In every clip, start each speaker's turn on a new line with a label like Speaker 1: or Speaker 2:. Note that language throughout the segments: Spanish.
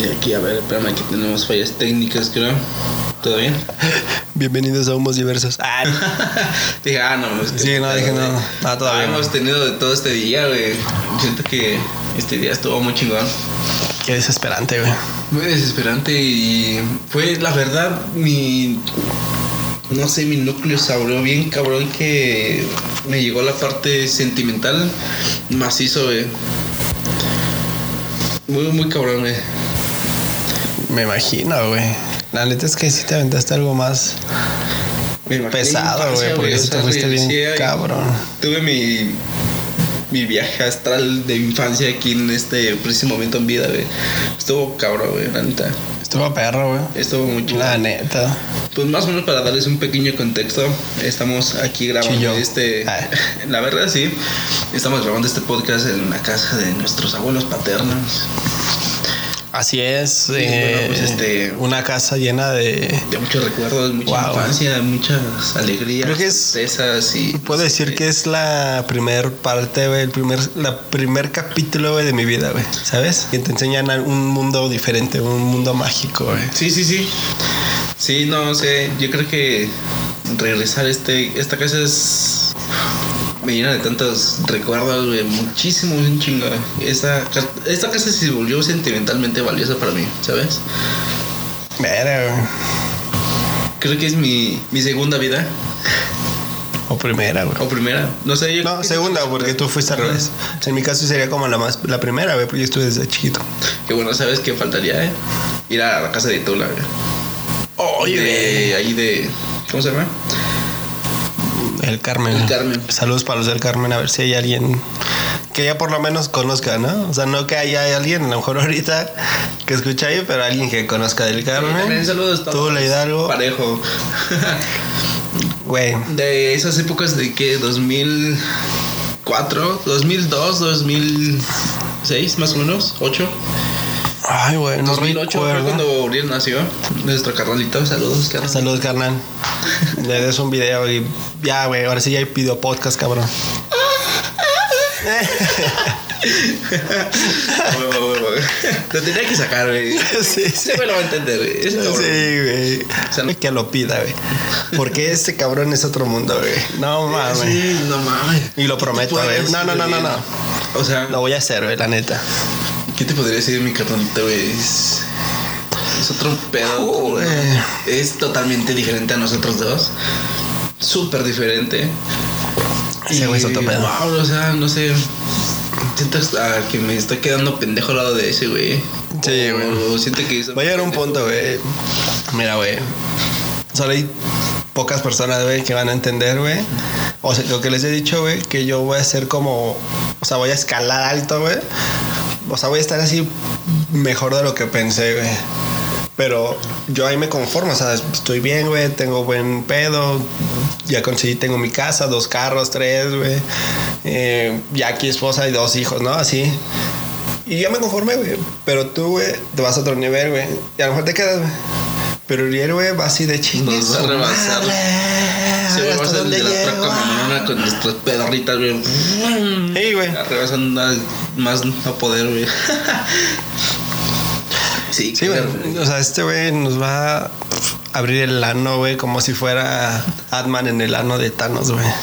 Speaker 1: Aquí, a ver, espérame, aquí tenemos fallas técnicas, creo. ¿Todo bien?
Speaker 2: Bienvenidos a Humos Diversos.
Speaker 1: Dije, no, es que
Speaker 2: sí, no, dije, no, todavía no.
Speaker 1: Hemos tenido de todo este día, güey. Siento que este día estuvo muy chingón.
Speaker 2: Qué desesperante, güey.
Speaker 1: Muy desesperante y fue, la verdad, mi núcleo se abrió bien cabrón, que me llegó la parte sentimental macizo, güey. Muy cabrón, güey.
Speaker 2: Me imagino, güey. La neta es que sí te aventaste algo más pesado, güey, porque sí te fuiste bien cabrón.
Speaker 1: Tuve mi viaje astral de infancia aquí en este preciso momento en vida, güey. Estuvo cabrón, güey, la neta.
Speaker 2: Estuvo perro, güey.
Speaker 1: Estuvo muy chido.
Speaker 2: La neta.
Speaker 1: Pues más o menos para darles un pequeño contexto, estamos aquí grabando La verdad sí, estamos grabando este podcast en la casa de nuestros abuelos paternos.
Speaker 2: Así es,
Speaker 1: sí, bueno, pues
Speaker 2: una casa llena de
Speaker 1: muchos recuerdos, mucha infancia, muchas alegrías,
Speaker 2: creo que tristezas y puedo decir que es la primer parte, güey, la primer capítulo, güey, de mi vida, güey, ¿sabes? Que te enseñan un mundo diferente, un mundo mágico, güey.
Speaker 1: Sí, no sé, yo creo que regresar esta casa me llena de tantos recuerdos, güey, muchísimo, un chingo. Esta casa se volvió sentimentalmente valiosa para mí, ¿sabes?
Speaker 2: Mira, güey.
Speaker 1: Creo que es mi segunda vida.
Speaker 2: O primera, güey.
Speaker 1: O primera, no sé. Yo
Speaker 2: no, segunda, porque tú fuiste al revés. O sea, en mi caso sería como la primera, güey, porque yo estuve desde chiquito.
Speaker 1: Que bueno, ¿sabes qué faltaría, ir a la casa de Tula, güey.
Speaker 2: Oye,
Speaker 1: ahí de... ¿Cómo se llama?
Speaker 2: El Carmen. Saludos para los del Carmen, a ver si hay alguien que ya por lo menos conozca, ¿no? O sea, no que haya alguien, a lo mejor ahorita que escucha ahí, pero alguien que conozca del Carmen. Sí,
Speaker 1: también saludos todos.
Speaker 2: Tú, Hidalgo.
Speaker 1: Parejo.
Speaker 2: Güey.
Speaker 1: De esas épocas de que 2004, 2002, 2006, más o menos, 8.
Speaker 2: Ay, güey, no
Speaker 1: 2008 fue cuando Uriel nació. Nuestro carnalito, saludos, carnal.
Speaker 2: Saludos, carnal. Le des un video y ya, güey, ahora sí ya pido podcast, cabrón.
Speaker 1: Lo tenía que sacar, güey.
Speaker 2: Sí.
Speaker 1: Se me lo va a entender, güey.
Speaker 2: Sí, güey. O sea, no que lo pida, güey. Porque este cabrón es otro mundo, güey. No mames.
Speaker 1: Sí, no mames.
Speaker 2: Y lo prometo, güey. No.
Speaker 1: O sea,
Speaker 2: lo voy a hacer, güey, la neta.
Speaker 1: ¿Qué te podría decir mi carnalito, güey? Es otro pedo. Es totalmente diferente a nosotros dos. Súper diferente.
Speaker 2: Ese güey es otro pedo.
Speaker 1: Wow, o sea, no sé. Siento que me estoy quedando pendejo al lado de ese, güey.
Speaker 2: Sí, güey.
Speaker 1: Siento que
Speaker 2: va a llegar un punto, güey. Mira, güey. Solo hay pocas personas, güey, que van a entender, güey. O sea, lo que les he dicho, güey, que yo voy a ser como... O sea, voy a escalar alto, güey. O sea, voy a estar así mejor de lo que pensé, güey. Pero yo ahí me conformo, o sea, estoy bien, güey, tengo buen pedo. Ya conseguí, tengo mi casa, 2 carros, 3, güey. Ya aquí esposa y 2 hijos, ¿no? Así. Y ya me conformé, güey. Pero tú, güey, te vas a otro nivel, güey. Y a lo mejor te quedas, güey. Pero Uriel, güey, va así de chingues.
Speaker 1: Nos va a rebasar. Se va a pasar de la troca mamonona con nuestras pedorritas, güey.
Speaker 2: Sí, güey.
Speaker 1: Rebasando más no poder, güey. Sí,
Speaker 2: güey. O sea, este güey nos va a abrir el ano, güey, como si fuera Ant-Man en el ano de Thanos, güey.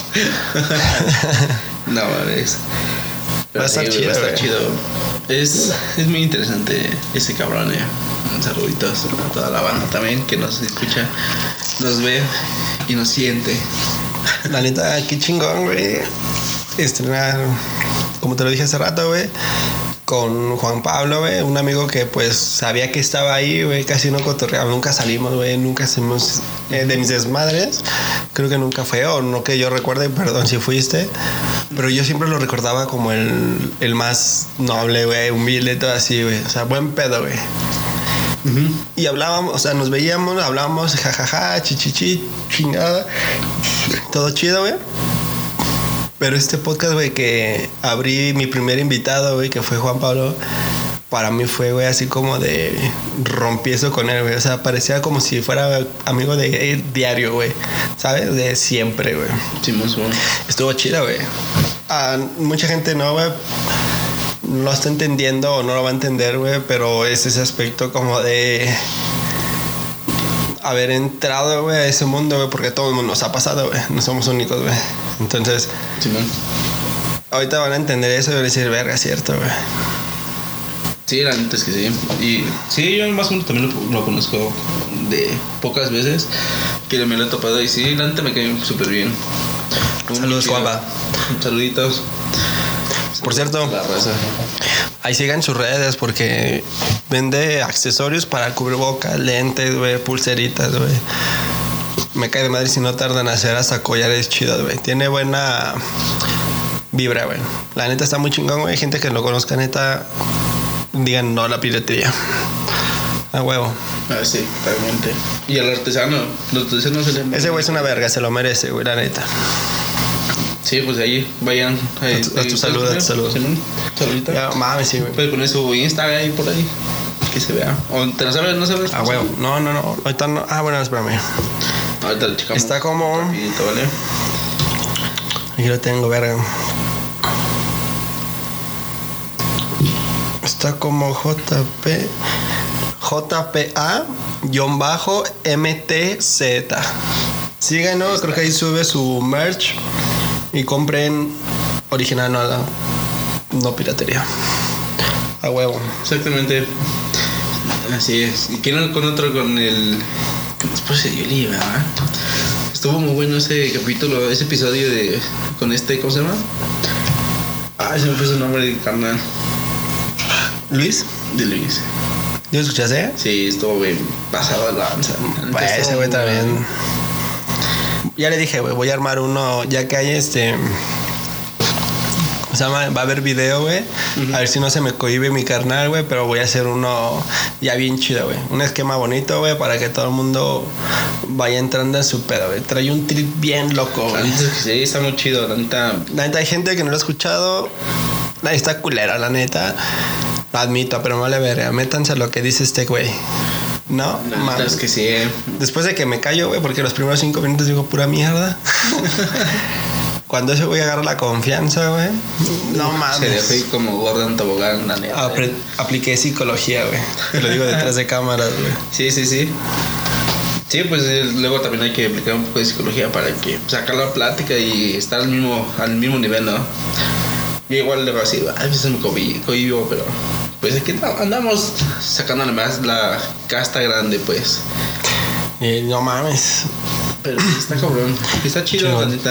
Speaker 1: No, mames.
Speaker 2: Va a estar chido.
Speaker 1: Va a estar chido. Es muy interesante ese cabrón, Saluditos a toda la banda también que nos escucha, nos ve y nos siente.
Speaker 2: La neta, qué chingón, güey. Estrenar, como te lo dije hace rato, güey, con Juan Pablo, güey, un amigo que pues sabía que estaba ahí, güey, casi no cotorreamos, nunca salimos, güey, nunca hacemos de mis desmadres, creo que nunca fue, o no que yo recuerde, perdón si fuiste, pero yo siempre lo recordaba como el más noble, güey, humilde, todo así, güey, o sea, buen pedo, güey. Uh-huh. Y hablábamos, o sea, nos veíamos, hablábamos, jajaja, chichichi, chingada, todo chido, güey. Pero este podcast, güey, que abrí mi primer invitado, güey, que fue Juan Pablo, para mí fue, güey, así como de rompí eso con él, güey. O sea, parecía como si fuera amigo de diario, güey. ¿Sabes? De siempre, güey.
Speaker 1: Sí, más bueno.
Speaker 2: Estuvo chido, güey. Mucha gente no, güey. no lo está entendiendo o no lo va a entender, güey, pero es ese aspecto como de haber entrado, güey, a ese mundo, güey, porque todo el mundo nos ha pasado, güey, no somos únicos, güey. Entonces,
Speaker 1: Simón.
Speaker 2: ahorita van a entender eso y van a decir, verga, cierto, güey.
Speaker 1: Sí, la neta es que sí. Y sí, yo más o menos también lo conozco de pocas veces que me lo he topado. Y sí, la neta me cae súper bien.
Speaker 2: Saludos, Juanpa.
Speaker 1: Saluditos.
Speaker 2: Por cierto,
Speaker 1: La raza.
Speaker 2: ahí sigan sus redes porque vende accesorios para cubrebocas, lentes, güey, pulseritas, güey. Me cae de madre si no tardan en hacer hasta collares chidos, güey. Tiene buena vibra, güey. La neta está muy chingón, güey. Hay gente que lo conozca, neta. Digan no a la piratería. A huevo.
Speaker 1: Ah, sí, totalmente. Y al artesano. Los artesanos se le...
Speaker 2: Ese güey es una verga, se lo merece, güey, la neta.
Speaker 1: Sí, pues ahí vayan. Ahí,
Speaker 2: A tu salud, a tu salud.
Speaker 1: Saludita.
Speaker 2: Ya, mames, sí, güey.
Speaker 1: Puedes poner su Instagram ahí por ahí. Que se vea. ¿O te la sabes? ¿No sabes?
Speaker 2: A huevo. No. Ahorita no. Ah, bueno, espérame.
Speaker 1: Ahorita lo checamos.
Speaker 2: Está como...
Speaker 1: Rapidito, ¿vale?
Speaker 2: Aquí lo tengo, verga. Está como JPA-MTZ. Síganos, creo que ahí sube su merch. Y compren original, no piratería. A huevo.
Speaker 1: Exactamente. Así es. Y quiero con otro, con el... Después se dio el ¿verdad? Estuvo muy bueno ese capítulo, ese episodio de... Con este, ¿cómo se llama? Ay, se me fue su nombre de carnal.
Speaker 2: Luis,
Speaker 1: De Luis.
Speaker 2: ¿yo escuchaste?
Speaker 1: Sí, estuvo bien pasado de lanza.
Speaker 2: Pues ese güey también. Ya le dije, güey, voy a armar uno, ya que hay ¿cómo se llama? Va a haber video, güey. A ver si no se me cohíbe mi carnal, güey, pero voy a hacer uno ya bien chido, güey. Un esquema bonito, güey, para que todo el mundo vaya entrando en su pedo, güey. Trae un trip bien loco,
Speaker 1: La
Speaker 2: güey.
Speaker 1: neta es que sí, está muy chido, la neta.
Speaker 2: La neta, hay gente que no lo ha escuchado. La neta está culera, la neta. Lo admito, pero no vale verga. Métanse a lo que dice este güey. No,
Speaker 1: La neta es que sí,
Speaker 2: Después de que me callo, güey, porque los primeros 5 minutos digo pura mierda. Cuando ese güey agarra la confianza, güey. No mames.
Speaker 1: Se dejó ir como Gordon Tobogán, la neta.
Speaker 2: Apliqué psicología, güey. Te lo digo detrás de cámaras, güey.
Speaker 1: Sí. Sí, pues luego también hay que aplicar un poco de psicología para que sacar la plática y estar al mismo nivel, ¿no? Yo igual luego así, a veces me cohibo, pero pues aquí andamos sacándole más la casta grande, pues.
Speaker 2: No mames.
Speaker 1: Pero sí, está cabrón. Está chido, la neta.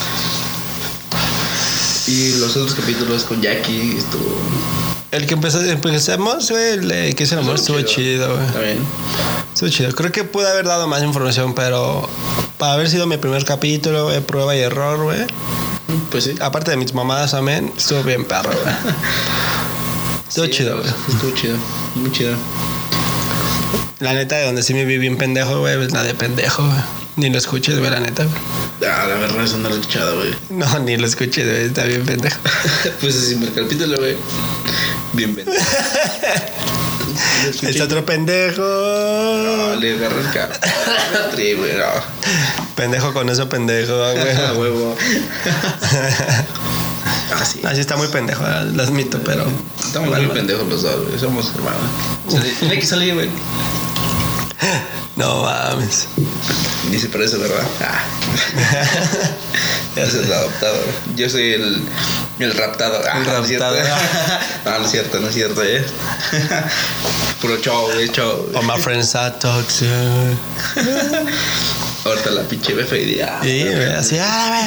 Speaker 1: Y los otros capítulos con Jackie estuvo...
Speaker 2: El que empezamos, güey, el que es el amor, estuvo chido, güey.
Speaker 1: Está bien.
Speaker 2: Estuvo chido. Creo que pude haber dado más información, pero para haber sido mi primer capítulo, güey, prueba y error, güey.
Speaker 1: Pues sí.
Speaker 2: Aparte de mis mamadas también, estuvo bien perro, güey. Estuvo chido, güey.
Speaker 1: Estuvo chido. Muy chido.
Speaker 2: La neta, de donde sí me vi bien pendejo, güey, es la de pendejo, güey. Ni lo escuches, güey, la neta, güey.
Speaker 1: Ah, la verdad, eso no lo he escuchado, güey.
Speaker 2: No, ni lo escuches, güey, está bien pendejo.
Speaker 1: Pues así me capítulo, güey. Bien pendejo.
Speaker 2: Es otro pendejo.
Speaker 1: No, le agarré el carro. Güey, no.
Speaker 2: Pendejo con eso, pendejo, güey.
Speaker 1: A huevo. Así.
Speaker 2: Así está muy pendejo, lo admito, pero...
Speaker 1: Estamos muy pendejos los dos, güey. Somos hermanos. Tiene que salir, güey.
Speaker 2: No mames.
Speaker 1: Ni se parece, ¿verdad? Ah. Ya soy el adoptado. Yo soy el raptado. Ah,
Speaker 2: El raptado.
Speaker 1: No es cierto, no es cierto, Puro show, güey, show.
Speaker 2: All my friends are toxic.
Speaker 1: Ahorita la pinche befa y ya.
Speaker 2: Sí, güey, así,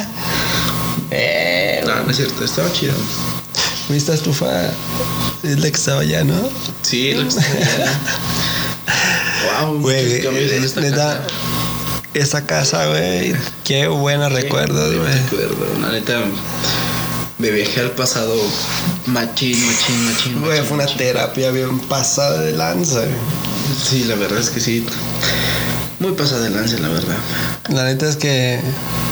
Speaker 1: No es cierto, estaba chido.
Speaker 2: ¿Viste estufa? Es la que estaba allá, ¿no?
Speaker 1: Sí, lo que está allá. Wow,
Speaker 2: Güey,
Speaker 1: cambios en esta
Speaker 2: neta,
Speaker 1: casa.
Speaker 2: esa casa, güey, qué buenos recuerdos, güey.
Speaker 1: Recuerdo, la neta, me viajé al pasado machín.
Speaker 2: Güey, fue una terapia bien pasada de lanza, güey.
Speaker 1: Sí, la verdad es que sí. Muy pasada de lanza, la verdad.
Speaker 2: La neta es que...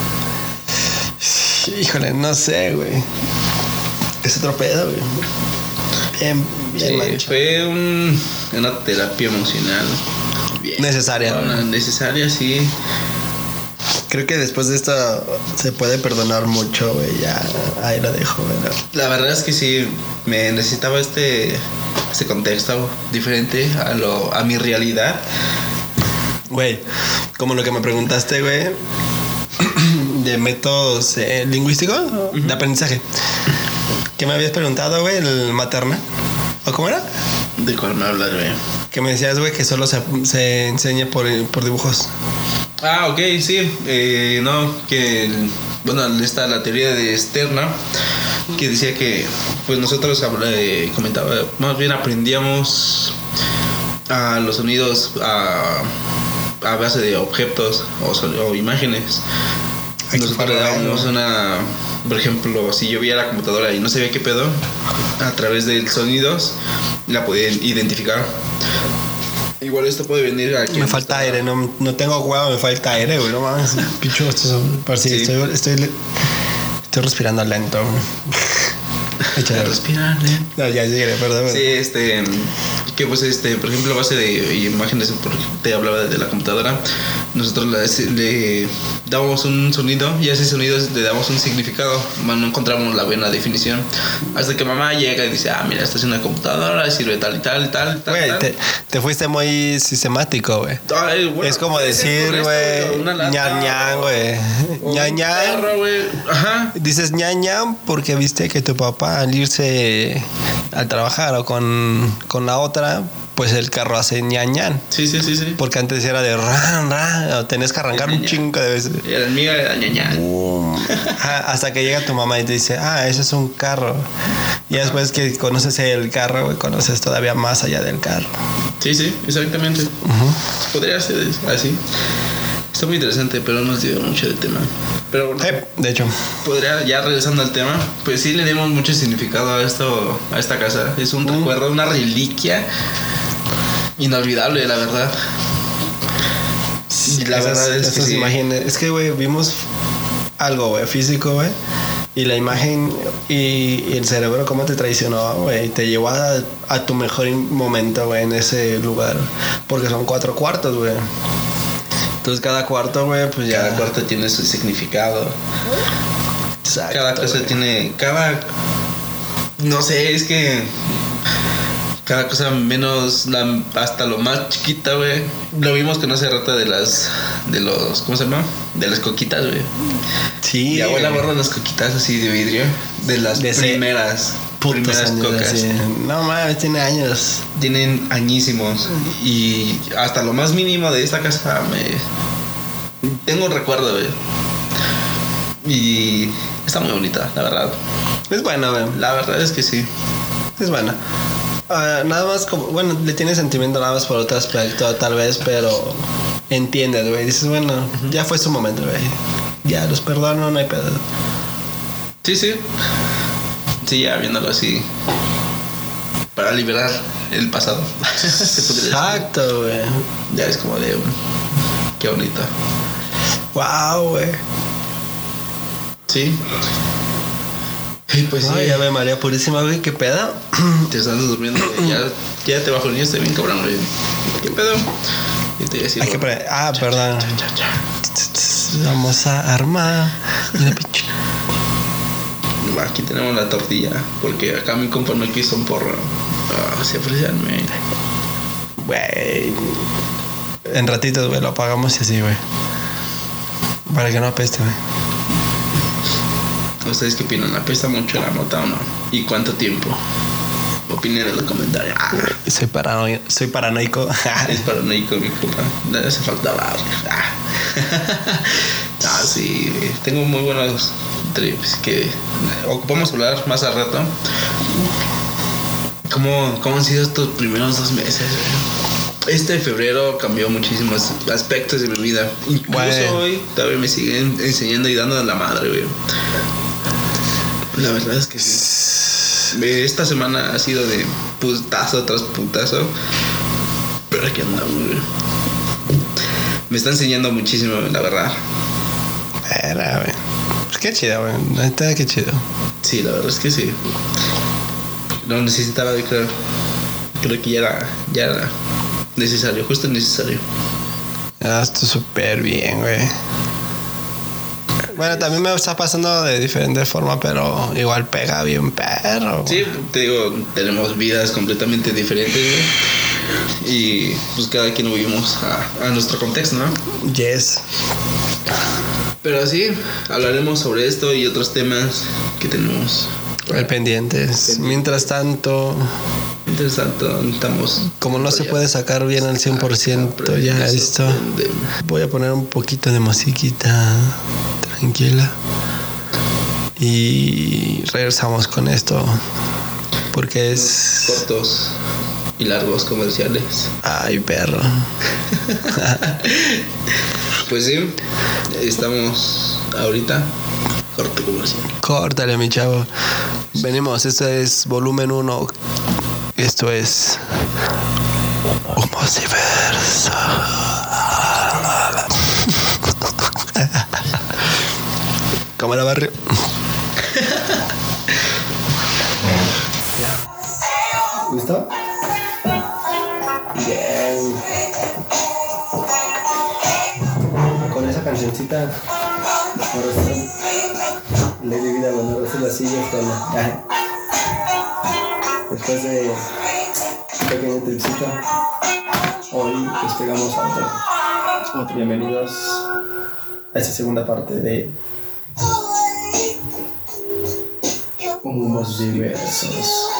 Speaker 2: Híjole, no sé, güey. Es otro pedo, güey. Bien manchado.
Speaker 1: Fue una terapia emocional. Bien.
Speaker 2: Necesaria.
Speaker 1: Necesaria, sí.
Speaker 2: Creo que después de esto se puede perdonar mucho, güey. Ya, ahí lo dejo, güey.
Speaker 1: La verdad es que sí, me necesitaba este contexto diferente a mi realidad.
Speaker 2: Güey, como lo que me preguntaste, güey, de métodos lingüísticos, de aprendizaje. ¿Qué me habías preguntado, güey? ¿El maternal? ¿O cómo era?
Speaker 1: ¿De cuál me hablas, güey?
Speaker 2: Que me decías, güey, que solo se enseña por dibujos.
Speaker 1: Ah, ok, sí. No, que... Bueno, está la teoría de Stern, que decía que pues nosotros comentaba, más bien aprendíamos a los sonidos a base de objetos o imágenes. Nosotros le dábamos una... Por ejemplo, si yo veía la computadora y no sabía qué pedo, a través de sonidos la podía identificar. Igual esto puede venir aquí.
Speaker 2: Me falta aire, no tengo huevo, me falta aire, güey, no mames. Picho, sí. Estoy respirando lento.
Speaker 1: Échale. Respirar,
Speaker 2: No, ya llegué, perdón.
Speaker 1: Sí, que pues por ejemplo, a base de imágenes, te hablaba de la computadora, nosotros le damos un sonido y a ese sonido le damos un significado. No encontramos la buena definición hasta que mamá llega y dice, mira, esta es una computadora, sirve tal y tal y tal.
Speaker 2: Güey, te fuiste muy sistemático, güey. Bueno, es como decir, güey, ñan ñan, güey. Ñan ñan.
Speaker 1: Ajá.
Speaker 2: Dices ñan ñan porque viste que tu papá al irse al trabajar o con la otra, pues el carro hace ñan ñan.
Speaker 1: Sí.
Speaker 2: Porque antes era de ran, ran, tenés que arrancar un chingo de veces.
Speaker 1: Y el mío era ñan ñan.
Speaker 2: Hasta que llega tu mamá y te dice, ese es un carro. Y después que conoces el carro, güey, conoces todavía más allá del carro.
Speaker 1: Sí, exactamente. Podría ser así. Está muy interesante, pero no nos dio mucho de tema. Pero bueno,
Speaker 2: de hecho,
Speaker 1: podría, ya regresando al tema, pues sí le dimos mucho significado a esta casa. Es un recuerdo, una reliquia inolvidable, la verdad.
Speaker 2: Sí, la verdad es que sí. Imágenes, es que, güey, vimos algo, güey, físico, güey. Y la imagen y el cerebro cómo te traicionó, güey. Te llevó a tu mejor momento, güey, en ese lugar. Porque son 4 cuartos, güey. Entonces cada cuarto, güey, pues ya...
Speaker 1: Cada cuarto tiene su significado.
Speaker 2: Exacto,
Speaker 1: cada cosa tiene... No sé, es que... Cada cosa menos... hasta lo más chiquita, güey. Lo vimos con hace rato de los... ¿Cómo se llama? De las coquitas, güey.
Speaker 2: Sí.
Speaker 1: Mi abuela borra las coquitas así de vidrio. De las primeras cocas.
Speaker 2: Así. No mames, tiene años.
Speaker 1: Tienen añísimos. Y hasta lo más mínimo de esta casa tengo un recuerdo, güey. Y está muy bonita, la verdad.
Speaker 2: Es buena, güey.
Speaker 1: La verdad es que sí.
Speaker 2: Es buena. Nada más como... Bueno, le tiene sentimiento nada más por otro aspecto, tal vez, pero... Entiendes, güey. Dices, bueno, ya fue su momento, güey. Ya, los perdono, no hay pedo.
Speaker 1: Sí. Sí, ya viéndolo así. Para liberar el pasado.
Speaker 2: Exacto, güey.
Speaker 1: Ya es como de... Qué bonito.
Speaker 2: Wow, güey.
Speaker 1: Sí. Y pues sí.
Speaker 2: Ya ve María Purísima, güey. ¿Qué pedo?
Speaker 1: Te estás durmiendo, güey. Ya te bajo el niño, estoy bien cabrón, güey. ¿Qué pedo? Y te decía...
Speaker 2: Hay que perdón. Vamos a armar la pinche.
Speaker 1: Aquí tenemos la tortilla, porque acá mi compa no quiso un porro. Se ofrecerme.
Speaker 2: Güey. En ratitos, güey, lo apagamos y así, güey. Para que no apeste, güey.
Speaker 1: ¿Ustedes qué opinan? ¿Apesta mucho la mota o no? ¿Y cuánto tiempo? Opinen en los comentarios.
Speaker 2: Soy paranoico.
Speaker 1: Es paranoico, mi compa. No hace falta hablar. Sí, tengo muy buenos trips que ocupamos hablar más al rato. ¿Cómo han sido estos primeros 2 meses? Este febrero cambió muchísimos aspectos de mi vida. Incluso hoy todavía me siguen enseñando y dando la madre, güey. La verdad es que sí. Esta semana ha sido de putazo tras putazo. Pero aquí andamos, güey. Me está enseñando muchísimo, la verdad.
Speaker 2: Era, güey. Pues qué chido, güey. Neta, qué chido.
Speaker 1: Sí, la verdad es que sí. Lo necesitaba, yo creo. Creo que ya era necesario, justo necesario.
Speaker 2: Esto súper bien, güey. Bueno, también me está pasando de diferente forma, pero igual pega bien perro.
Speaker 1: Sí, te digo, tenemos vidas completamente diferentes, güey. Y pues cada quien lo vivimos a nuestro contexto, ¿no?
Speaker 2: Yes.
Speaker 1: Pero sí, hablaremos sobre esto y otros temas que tenemos.
Speaker 2: Al pendientes. Mientras tanto,
Speaker 1: estamos.
Speaker 2: como no se puede sacar bien al 100%, ya esto. Voy a poner un poquito de musiquita tranquila. Y regresamos con esto. Porque es.
Speaker 1: Cortos y largos comerciales.
Speaker 2: Ay, perro.
Speaker 1: Pues sí, estamos ahorita. Corte comercial.
Speaker 2: Córtale, mi chavo. Venimos, esto es volumen 1. Esto es Homociverso. Cámara, barrio. ¿Listo? Bien. Con esa cancioncita, le di vida cuando haces las sillas con la... Después de un pequeño tripcito, hoy despegamos a otro. Bienvenidos a esta segunda parte de Humos Diversos.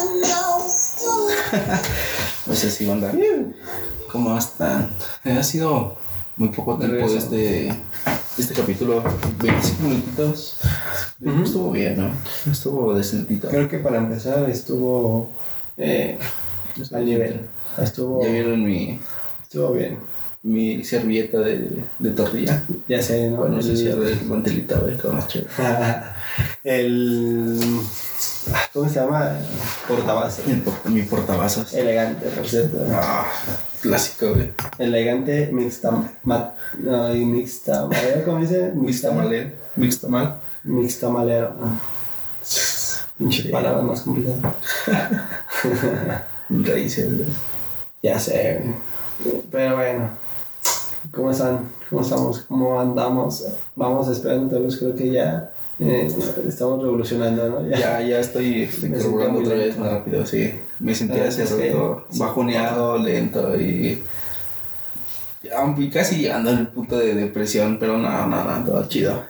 Speaker 1: Pues así, banda. ¿Cómo están? Ha sido muy poco tiempo de este capítulo, 25 minutitos. Estuvo bien, ¿no? Estuvo decentito.
Speaker 2: Creo que para empezar estuvo al nivel.
Speaker 1: Ya vieron
Speaker 2: Estuvo bien.
Speaker 1: mi servilleta de tortilla.
Speaker 2: Ya sé, ¿no?
Speaker 1: Bueno, se cierra el mantelito, a ver cómo es chévere.
Speaker 2: ¿Cómo se llama? Portavasos.
Speaker 1: Mi portavasos.
Speaker 2: Elegante, por cierto.
Speaker 1: Clásico, güey.
Speaker 2: Elegante mixtamalero, ¿cómo dice? Mixtamalero. Pinche palabra más complicada.
Speaker 1: Raíces, güey.
Speaker 2: Ya sé, güey. Pero bueno. ¿Cómo están? ¿Cómo estamos? ¿Cómo andamos? Vamos esperando, tal vez creo que ya estamos revolucionando, ¿no?
Speaker 1: Ya estoy carburando otra vez más rápido, sí. Me sentía hace rato bajoneado, lento y casi llegando al punto de depresión, pero no, todo chido.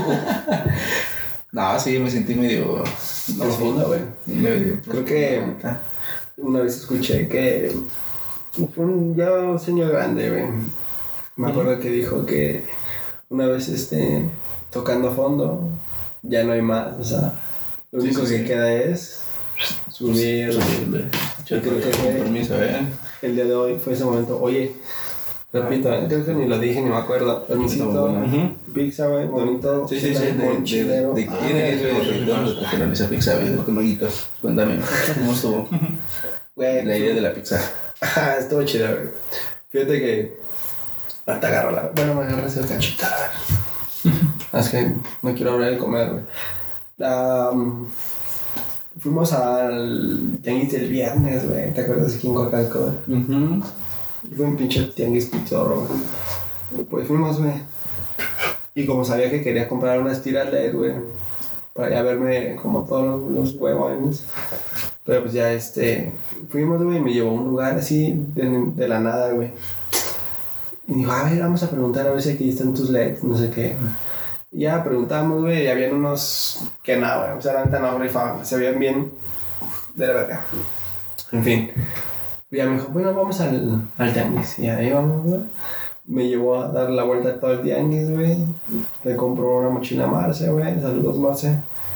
Speaker 1: No, sí, me sentí medio
Speaker 2: profundo, güey. Creo que una vez escuché que fue ya un señor grande, güey. Me acuerdo que dijo que una vez tocando fondo ya no hay más, o sea, lo único que queda es subir. Yo creo que
Speaker 1: con permiso,
Speaker 2: el día de hoy fue ese momento. Oye, repito, creo que ni lo dije ni me acuerdo. Permisito, pizza, güey, bonito.
Speaker 1: Sí, ¿de quién es esa pizza, güey? Con maguitos. Cuéntame, ¿cómo estuvo? La idea de la pizza.
Speaker 2: Estuvo chida, güey. Fíjate que hasta agarro bueno, me agarré ese cachito. Es que no quiero hablar de comer, güey. Fuimos al tianguis del viernes, güey. ¿Te acuerdas aquí en Coacalco, güey? Fue un pinche tianguis pitorro, güey. Pues fuimos, güey. Y como sabía que quería comprar unas tiras LED, güey, para ya verme como todos los huevones. Pero pues ya fuimos, güey, y me llevó a un lugar así de la nada, güey. Y dijo, a ver, vamos a preguntar a ver si aquí están tus LEDs, no sé qué. Y ya preguntamos, güey, y habían unos que nada, güey. O sea, la neta no rifaban, se veían bien de la verga. En fin. Y ya me dijo, bueno, vamos al tianguis. Y ahí vamos, güey. Me llevó a dar la vuelta a todo el tianguis, güey. Me compró una mochila Marce, güey. Saludos, Marce.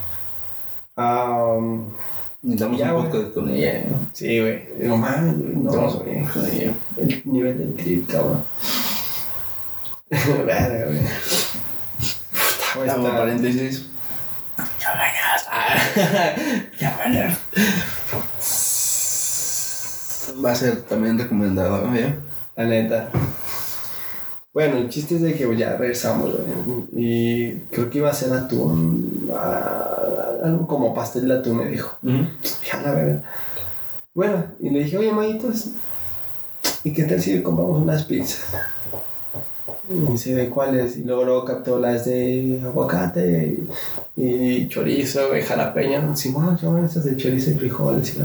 Speaker 1: Necesitamos un podcast con ella, ¿no?
Speaker 2: Sí, güey. Digo, mames, no, güey. El nivel del trip, cabrón. Verga, güey.
Speaker 1: Como paréntesis. Ya mañana. Va a ser también recomendado, ¿no?
Speaker 2: La neta. Bueno, el chiste es de que ya regresamos, güey. Y creo que iba a ser atún. Algo como pastel de atún, me dijo. Ya la verdad. Bueno, y le dije, oye, maguitos, ¿y qué tal si compramos unas pizzas? Y dice, ¿de cuáles? Y luego captó las de aguacate y chorizo, güey, jalapeño. Simón, esas de chorizo y frijoles.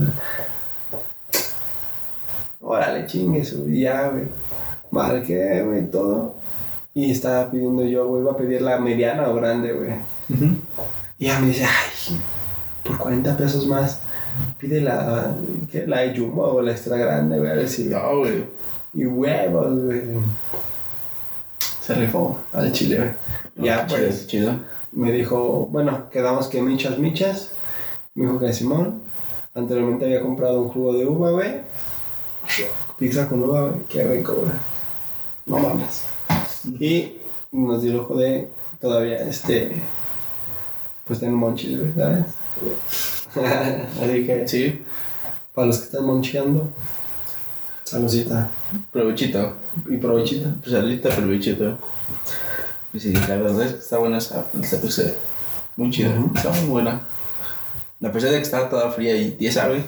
Speaker 2: Órale, chingue su día, güey. Marqué, güey, todo. Y estaba pidiendo yo, güey, iba a pedir la mediana o grande, güey. Y ella me dice, ay, por 40 pesos más, pide la de Jumbo o la extra grande, güey, a ver si...
Speaker 1: No, güey.
Speaker 2: Y huevos, güey. Se rifó al chile, güey.
Speaker 1: No,
Speaker 2: Ya, pues,
Speaker 1: chido.
Speaker 2: me dijo, bueno, quedamos que michas. Me dijo que Simón. Anteriormente había comprado un jugo de uva, güey. Pizza con uva, güey. Qué rico, güey. No mames. Y nos dio el ojo de todavía, pues tener monchis, güey, ¿sabes? Así que,
Speaker 1: Sí.
Speaker 2: para los que están moncheando, saludcita.
Speaker 1: Provechito.
Speaker 2: Y provechita.
Speaker 1: Pues ahorita provechito. Pues sí, la verdad es que está buena esa pizza. Muy chida. Está muy buena. A pesar de que está toda fría y tiesa, güey.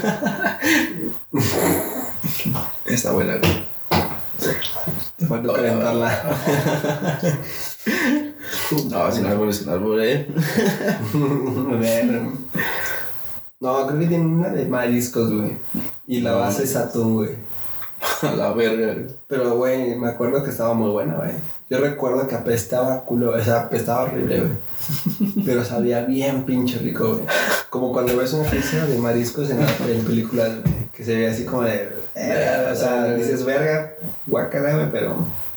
Speaker 1: Está buena, güey.
Speaker 2: Te falta calentarla.
Speaker 1: No, sin árbol,
Speaker 2: A ver. No, creo que tiene una de mariscos, güey. Y la base es atún, güey.
Speaker 1: A la verga, güey.
Speaker 2: Pero, güey, me acuerdo que estaba muy buena, güey. Yo recuerdo que apestaba culo, o sea, apestaba horrible, güey. Pero sabía bien pinche rico, güey. Como cuando ves una pizza de mariscos en películas, güey, que se ve así como de... o sea, dices, verga, guacala, güey, pero...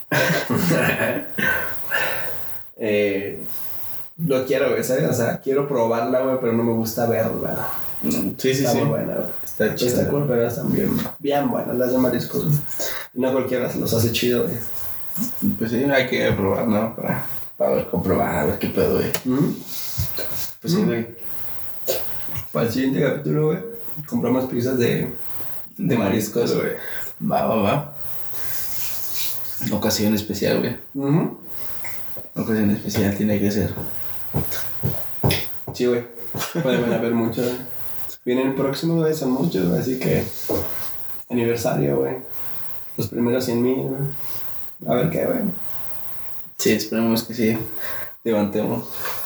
Speaker 2: Lo quiero, güey, ¿sabes? O sea, quiero probarla, güey, pero no me gusta verla.
Speaker 1: Sí,
Speaker 2: Está muy buena, güey.
Speaker 1: Está chida.
Speaker 2: Está cool, pero están bien buenas las de mariscos, güey. Y no cualquiera se los hace chido, güey.
Speaker 1: Pues sí, hay que probar, ¿no? Para ver, comprobar, a ver qué pedo, güey. Pues sí, güey.
Speaker 2: Para el siguiente capítulo, güey, compramos pizzas de mariscos, güey.
Speaker 1: Va. Ocasión especial, güey. Ocasión especial tiene que ser.
Speaker 2: Sí, güey. Pueden haber muchos. Vienen próximos, güey, son muchos, güey, así que... Aniversario, güey. Los primeros 100,000, güey. A ver qué, güey.
Speaker 1: Sí, esperemos que sí. Levantemos.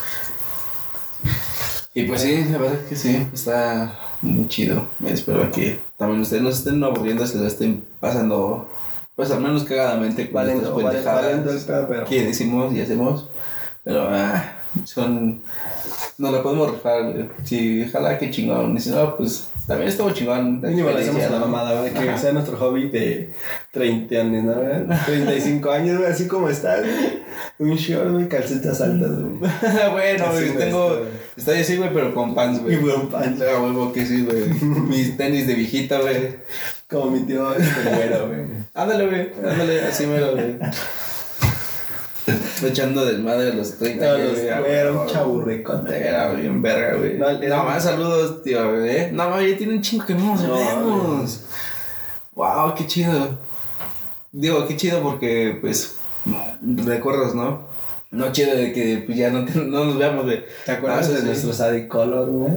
Speaker 1: Y pues sí, la verdad es que sí, está muy chido. Espero que también ustedes no se estén aburriendo, se lo estén pasando, pues al menos cagadamente con estas pendejadas
Speaker 2: pero...
Speaker 1: que decimos y hacemos. Pero no la podemos rifar, güey. Si ojalá que chingón. Y si no, pues también estuvo chingón.
Speaker 2: Mínimo le hacemos a la mamada, güey, que sea nuestro hobby de 30 años, ¿no, güey? 35 años, güey, así como estás, güey. Un short, güey, calcetas altas, güey.
Speaker 1: Bueno, güey, estoy así, güey, pero con pants, güey.
Speaker 2: Y buen pants.
Speaker 1: A huevo que sí, güey. Mis tenis de viejita, güey.
Speaker 2: Como mi tío, güero, güey.
Speaker 1: Ándale, así mero, güey. Echando desmadre a los 30 años, güey.
Speaker 2: Era un chaburricote.
Speaker 1: Era bien verga, güey. No más saludos, tío, güey. No, ya tiene un chingo que no nos vemos. Wow, qué chido. Digo, qué chido porque, pues, recuerdos, ¿no? No chido de que pues, ya no nos veamos, güey.
Speaker 2: ¿Te acuerdas de nuestros Adicolor, güey?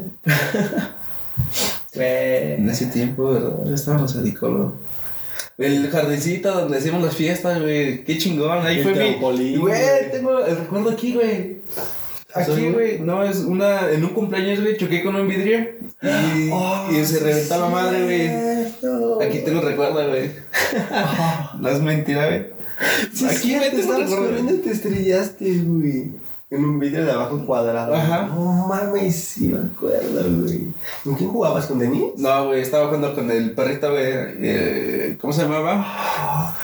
Speaker 1: En ese tiempo, ¿verdad? Estábamos Adicolor. El jardincito donde hacíamos las fiestas, güey. Qué chingón. Ahí fue mi... Güey, tengo el recuerdo aquí, güey. Aquí, güey. No, es en un cumpleaños, güey, choqué con un vidrio. Y se reventó la madre, güey. Aquí tengo el recuerdo, güey. No es mentira, güey.
Speaker 2: Sí,
Speaker 1: aquí,
Speaker 2: güey, te estabas corriendo y te estrellaste, güey. En un vidrio de abajo cuadrado.
Speaker 1: Ajá.
Speaker 2: No mames, sí me acuerdo, güey. ¿Con quién jugabas? ¿Con Denis?
Speaker 1: No, güey, estaba jugando con el perrito, güey. ¿Cómo se llamaba?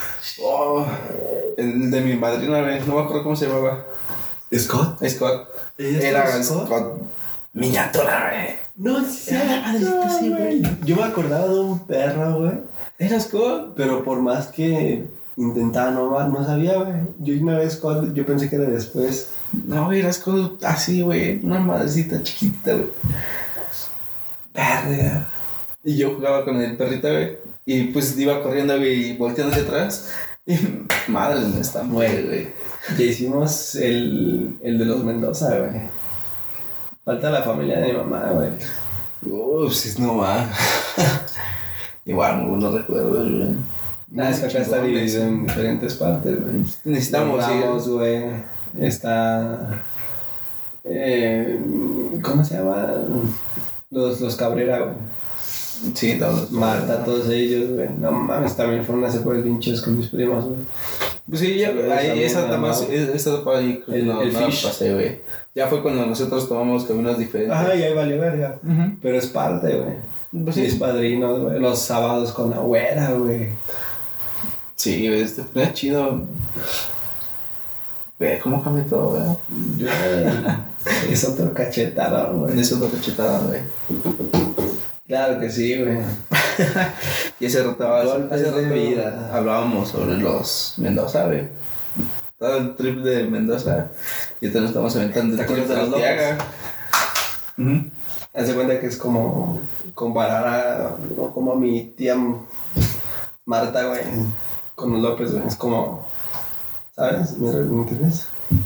Speaker 1: El de mi madrina, güey. No me acuerdo cómo se llamaba.
Speaker 2: ¿Scott?
Speaker 1: Era Scott. Miniatura, güey.
Speaker 2: No, sí, sí, güey. Yo me acordaba de un perro, güey.
Speaker 1: ¿Era Scott?
Speaker 2: Pero por más que intentaba, no sabía, güey. Yo una vez Scott, yo pensé que era después.
Speaker 1: No, era Scott así, güey. Una madrecita chiquitita, güey. Verga. Y yo jugaba con el perrito, güey. Y pues iba corriendo, güey, y volteando hacia atrás. Y madre, me está muere, güey.
Speaker 2: Ya hicimos el de los Mendoza, güey. Falta la familia de mi mamá, güey.
Speaker 1: Sí, no va. Igual, no recuerdo, güey.
Speaker 2: Es que acá está dividido en diferentes partes, güey.
Speaker 1: Necesitamos ir.
Speaker 2: Ramos, güey. Está. ¿Cómo se llama? Los Cabrera, güey.
Speaker 1: Sí, todos.
Speaker 2: Marta, todos ellos, güey. No mames, también fueron hace pues pinches con mis primas, güey.
Speaker 1: Pues sí, ya, ahí, esa etapa ahí creo que no
Speaker 2: el
Speaker 1: la
Speaker 2: fish.
Speaker 1: pasé, güey. Ya fue cuando nosotros tomamos caminos diferentes.
Speaker 2: Ajá, y ahí valió verga.
Speaker 1: Ujú.
Speaker 2: Pero es parte, güey.
Speaker 1: Pues sí.
Speaker 2: Mis padrinos, güey. Los sábados con la güera, güey.
Speaker 1: Sí, güey, era chido. Güey, cómo cambia todo, güey.
Speaker 2: Es otro cachetadón, güey.
Speaker 1: Eso es lo cachetada, güey.
Speaker 2: Claro que sí, güey.
Speaker 1: Y hace rato
Speaker 2: de vida.
Speaker 1: hablábamos sobre los Mendoza, güey. Todo el trip de Mendoza. Y ahorita nos estamos aventando el trip de
Speaker 2: los
Speaker 1: Arteaga.
Speaker 2: Haz de cuenta que es como comparar como a mi tía Marta, güey, con los López, güey. Es como, ¿sabes? ¿Me entiendes?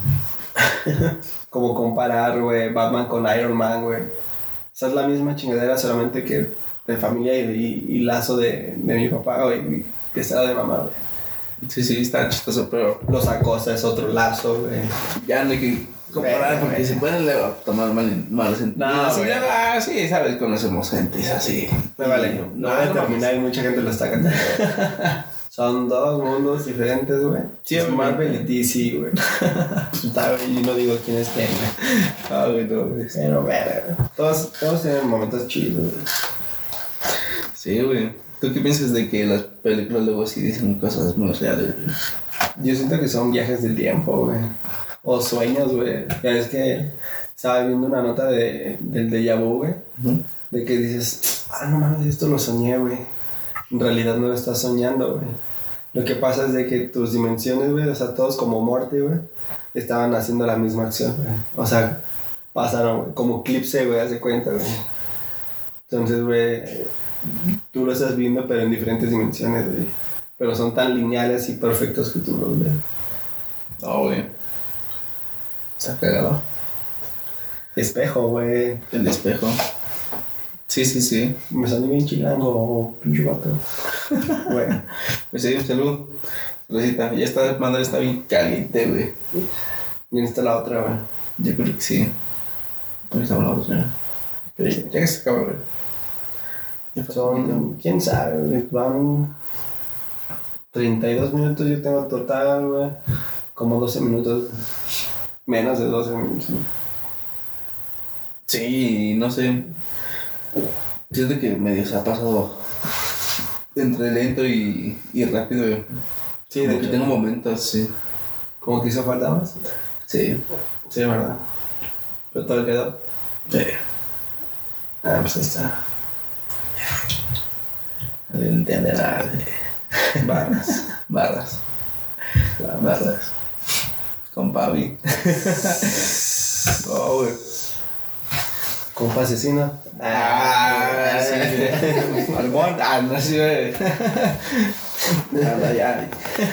Speaker 2: Como comparar, güey, Batman con Iron Man, güey. Esa es la misma chingadera, solamente que de familia y lazo de mi papá, güey, y ese lado de mamá, güey.
Speaker 1: Sí, está chistoso, pero
Speaker 2: Los Acosta es otro lazo, güey.
Speaker 1: ya no hay que comparar porque
Speaker 2: güey.
Speaker 1: se pueden tomar malos sentidos.
Speaker 2: No, güey.
Speaker 1: Sí, sabes, conocemos gente, es así.
Speaker 2: Me vale, no voy a terminar y mucha gente lo está cantando. Son dos mundos diferentes, güey.
Speaker 1: Sí,
Speaker 2: es
Speaker 1: obviamente.
Speaker 2: Marvel y DC, güey. Yo no digo quién es quién, güey.
Speaker 1: Ah, güey, no, güey.
Speaker 2: Pero, güey, todos tienen momentos chidos, güey.
Speaker 1: Sí, güey. ¿Tú qué piensas de que las películas luego sí dicen cosas muy reales?
Speaker 2: Yo siento que son viajes del tiempo, güey. O sueños, güey. Ya es que estaba viendo una nota del déjà vu, güey.
Speaker 1: Uh-huh.
Speaker 2: De que dices, no mames, esto lo soñé, güey. En realidad no lo estás soñando, güey. Lo que pasa es de que tus dimensiones, güey, o sea, todos como Morty, güey, estaban haciendo la misma acción, güey. O sea, pasaron, güey, como eclipse, güey, haz de cuenta, güey. Entonces, güey, tú lo estás viendo, pero en diferentes dimensiones, güey. Pero son tan lineales y perfectos que tú los ves.
Speaker 1: No, güey. Está cagado.
Speaker 2: Espejo, güey.
Speaker 1: El espejo. Sí.
Speaker 2: Me salí bien chilango, pinche vato. Güey.
Speaker 1: Pues sí, salud. Saludcita. Ya está, madre está bien caliente, güey.
Speaker 2: Bien está la otra, güey.
Speaker 1: Yo creo que sí. Ahí está la otra. Pero ya que se acaba, güey.
Speaker 2: Son, quién sabe, güey. Van 32 minutos, yo tengo total, güey. Como 12 minutos. Menos de 12 minutos.
Speaker 1: Sí, no sé. Siento que medio se ha pasado entre lento y rápido, güey.
Speaker 2: Sí,
Speaker 1: Como
Speaker 2: de
Speaker 1: que
Speaker 2: hecho.
Speaker 1: tengo momentos, sí.
Speaker 2: Como que hizo falta más.
Speaker 1: Sí.
Speaker 2: Sí, verdad. Pero todo quedó.
Speaker 1: Sí.
Speaker 2: Pues ahí está.
Speaker 1: No entenderá.
Speaker 2: Barras.
Speaker 1: Barras. Barras. Con Pavi. Oh, güey.
Speaker 2: Compa asesino.
Speaker 1: Sí. Almón. No sé, güey. Anda ya.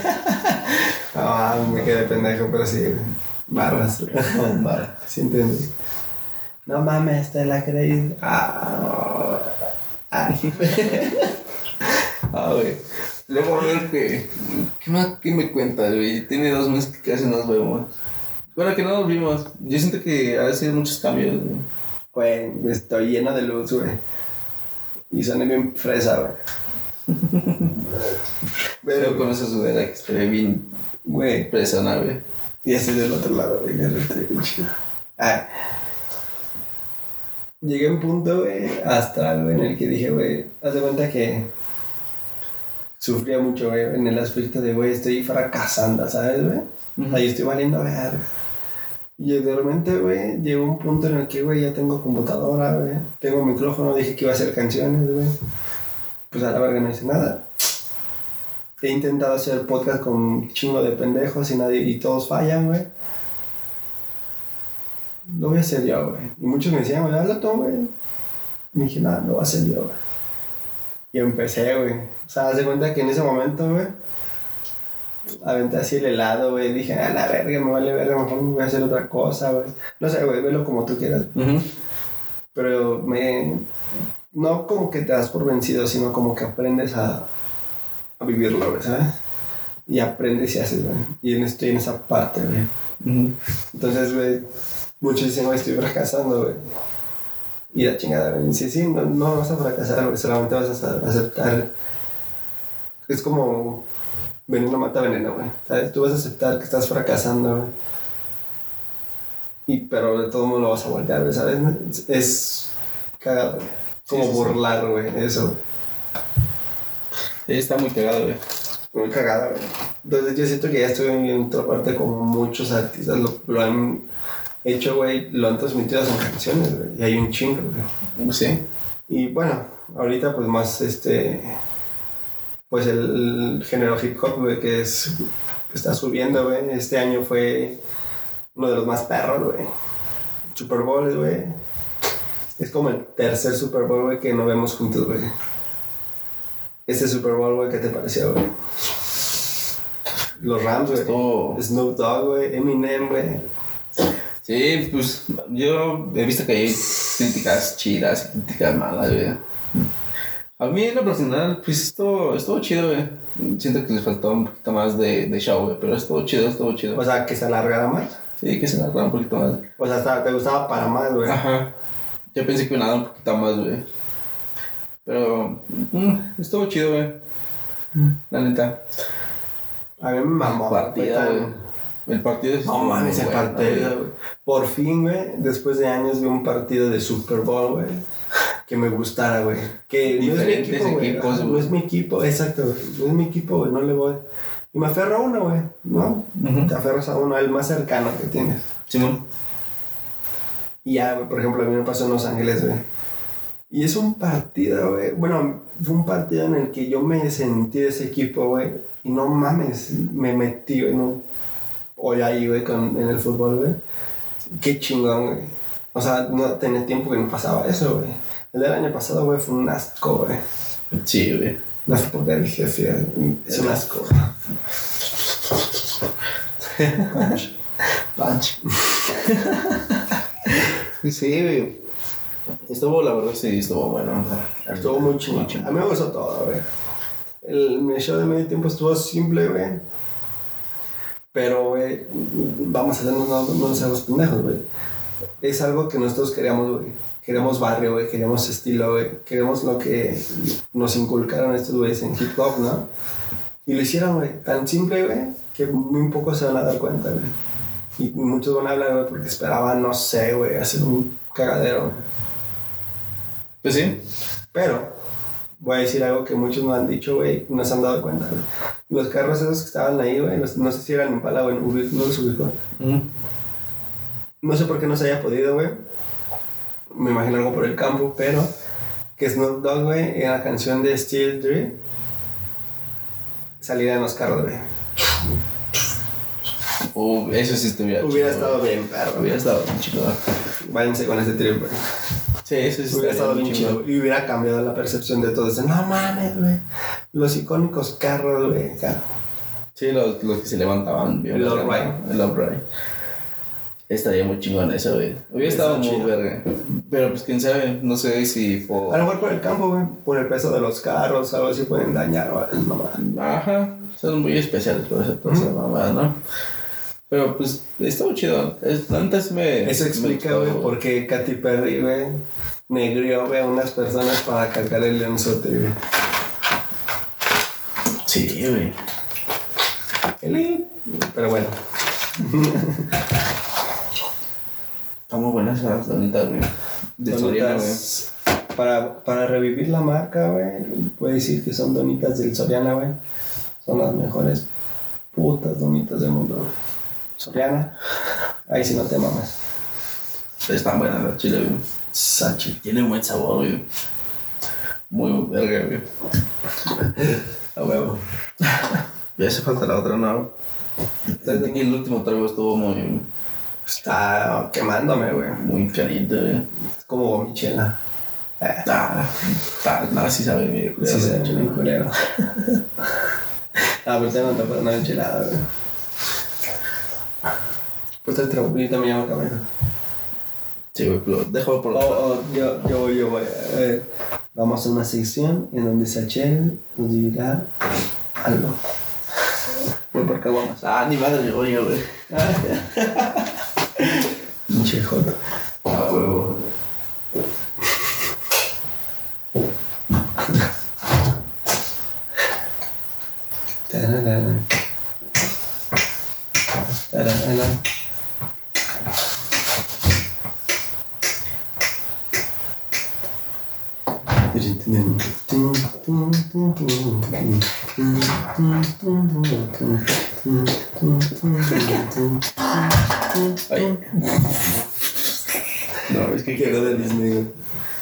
Speaker 2: Me quedé pendejo, pero sí, güey. Barras.
Speaker 1: Barras.
Speaker 2: Sí entendí. No mames, te la creí.
Speaker 1: Güey. Luego a ver ¿qué me cuentas, güey? Tiene 2 meses que casi nos vemos. Bueno, que no nos vimos. Yo siento que ha sido muchos cambios, güey.
Speaker 2: Güey, estoy lleno de luz, güey. Y suena bien fresa, güey.
Speaker 1: Pero con esa sudadera que se ve bien
Speaker 2: Güey.
Speaker 1: presona, güey.
Speaker 2: Y así del otro lado, güey. Llegué a un punto, güey, astral, güey, en el que dije, güey, haz de cuenta que sufría mucho, güey, en el aspecto de, güey, estoy fracasando, ¿sabes, güey?
Speaker 1: Uh-huh.
Speaker 2: Ahí estoy valiendo ver. Y de repente, güey, llegó un punto en el que, güey, ya tengo computadora, güey, tengo micrófono, dije que iba a hacer canciones, güey. Pues a la verga no hice nada. He intentado hacer podcast con un chingo de pendejos y todos fallan, güey. Lo voy a hacer yo, güey. Y muchos me decían, güey, hazlo tú, güey. Y dije, nada, lo voy a hacer yo, güey. Y empecé, güey. O sea, haz de cuenta que en ese momento, güey, aventé así el helado, güey. Dije, a la verga, me vale verga, mejor me voy a hacer otra cosa, güey. No sé, güey, velo como tú quieras.
Speaker 1: Uh-huh.
Speaker 2: Pero no como que te das por vencido, sino como que aprendes a a vivirlo, güey, ¿sabes? Y aprendes y haces, güey. Y estoy en esa parte, güey. Entonces, güey, muchos dicen, güey, estoy fracasando, güey. Y la chingada, güey. Dice, sí, no vas a fracasar, güey. Solamente vas a aceptar. Es como veneno mata veneno, güey. ¿Sabes? Tú vas a aceptar que estás fracasando, güey. Pero de todo modo lo vas a voltear, güey, ¿sabes? Es cagado, güey. Como sí, burlar, güey, eso.
Speaker 1: Sí, está muy cagado, güey.
Speaker 2: Muy cagado, güey. Entonces yo siento que ya estoy en otra parte como muchos artistas lo han hecho, güey, lo han transmitido en canciones, güey. Y hay un chingo, güey.
Speaker 1: Sí.
Speaker 2: Y bueno, ahorita pues más pues el género hip hop, güey, que está subiendo, güey. Este año fue uno de los más perros, güey. Super Bowl, güey. Es como el tercer Super Bowl, güey, que no vemos juntos, güey. Este Super Bowl, güey, ¿qué te pareció, güey? Los Rams, güey. Snoop Dogg, güey. Eminem, güey.
Speaker 1: Sí, pues yo he visto que hay críticas chidas y críticas malas, güey. A mí en lo personal, pues estuvo chido, güey. Siento que les faltó un poquito más de show, güey, pero estuvo chido.
Speaker 2: O sea, que se alargara más.
Speaker 1: Sí, que se alargara un poquito más.
Speaker 2: O sea, hasta te gustaba para más, güey.
Speaker 1: Ajá. Yo pensé que nada un poquito más, güey. Pero estuvo chido, güey. La neta.
Speaker 2: A mí me mamó.
Speaker 1: Partida, güey. El partido es...
Speaker 2: No mames, ese partido, güey. Por fin, güey, después de años vi un partido de Super Bowl, güey. Que me gustara, güey. Que
Speaker 1: diferentes
Speaker 2: no es mi equipo,
Speaker 1: equipos,
Speaker 2: güey. No es mi equipo, exacto, güey. No es mi equipo, güey. No le voy. Y me aferro a uno, güey. ¿No? Te aferras a uno, el más cercano que tienes.
Speaker 1: Simón.
Speaker 2: Y ya, güey, por ejemplo, a mí me pasó en Los Ángeles, güey. Y es un partido, güey. Bueno, fue un partido en el que yo me sentí de ese equipo, güey. Y no mames, me metí, güey. No. Hoy ahí, güey, en el fútbol, güey. Qué chingón, güey. O sea, no tenía tiempo que no pasaba eso, güey. El del año pasado, güey, fue un asco, güey.
Speaker 1: Sí, güey.
Speaker 2: No fue porque el jefe es un asco.
Speaker 1: Punch. Sí, güey. La verdad, sí, estuvo bueno.
Speaker 2: Estuvo muy chingón. A mí me gustó todo, güey. El show de medio tiempo estuvo simple, güey. Pero, güey, vamos a hacernos, no seamos pendejos, güey. Es algo que nosotros queríamos, güey. Queremos barrio, güey. Queremos estilo, güey. Queremos lo que nos inculcaron estos güeyes en hip hop, ¿no? Y lo hicieron, güey. Tan simple, güey, que muy pocos se van a dar cuenta, güey. Y muchos van a hablar, güey, porque esperaban, no sé, güey, hacer un cagadero, güey.
Speaker 1: Pues sí.
Speaker 2: Pero voy a decir algo que muchos no han dicho, güey, no se han dado cuenta, güey. Los carros esos que estaban ahí, güey, no sé si eran Impala o en Uber, no los ubicó. No sé por qué no se haya podido, güey. Me imagino algo por el campo, pero que Snoop Dogg, güey, en la canción de Steel Dre saliera en los carros, güey.
Speaker 1: Eso sí
Speaker 2: hubiera estado bien, perro.
Speaker 1: Hubiera estado bien chido.
Speaker 2: Váyanse con ese trip, güey.
Speaker 1: Sí, eso sí
Speaker 2: hubiera estado bien chido. Y hubiera cambiado la percepción de todos. No mames, güey. Los icónicos carros, güey.
Speaker 1: Sí, los que se levantaban.
Speaker 2: El
Speaker 1: upright. Estaría muy chingón eso, güey. Hubiera estado muy verga. Pero pues quién sabe, no sé si
Speaker 2: a lo mejor por el campo, güey. Por el peso de los carros, algo así pueden dañar, güey.
Speaker 1: Ajá. Son muy especiales por esa mamá, ¿no? Pero pues estuvo chido. Antes
Speaker 2: eso explica, güey, por qué Katy Perry, güey, negrió, güey, a unas personas para cargar el leonzote, güey.
Speaker 1: Sí, güey.
Speaker 2: Pero bueno.
Speaker 1: Están muy buenas esas donitas, güey. De Soriana, güey.
Speaker 2: Para revivir la marca, güey, puedo decir que son donitas del Soriana, güey. Son las mejores putas donitas del mundo, güey. Soriana, ahí sí no te mames.
Speaker 1: Están buenas las chiles, güey.
Speaker 2: Sachi.
Speaker 1: Tiene buen sabor, güey. Muy verga, güey. A huevo. Ya hace falta la otra, ¿no? Sentí que el último trago estuvo muy...
Speaker 2: Está quemándome, güey.
Speaker 1: Muy clarito, güey.
Speaker 2: Es como gomichela.
Speaker 1: No, sí sabe, güey.
Speaker 2: Sí sabe, mi culero. Pero te no te puedo dar enchilada, güey. Pues el trabullita me llama cabeza.
Speaker 1: Sí, güey, pero déjalo por
Speaker 2: yo voy. A ver, vamos a una sección en donde Sachel nos dirá Algo. Voy por caguamas.
Speaker 1: Ah, ni madre, oye, güey.
Speaker 2: Pinche joto.
Speaker 1: Ah, huevo.
Speaker 2: Tararara. Tararara.
Speaker 1: Ay. No, es que
Speaker 2: Quedó de Disney, güey.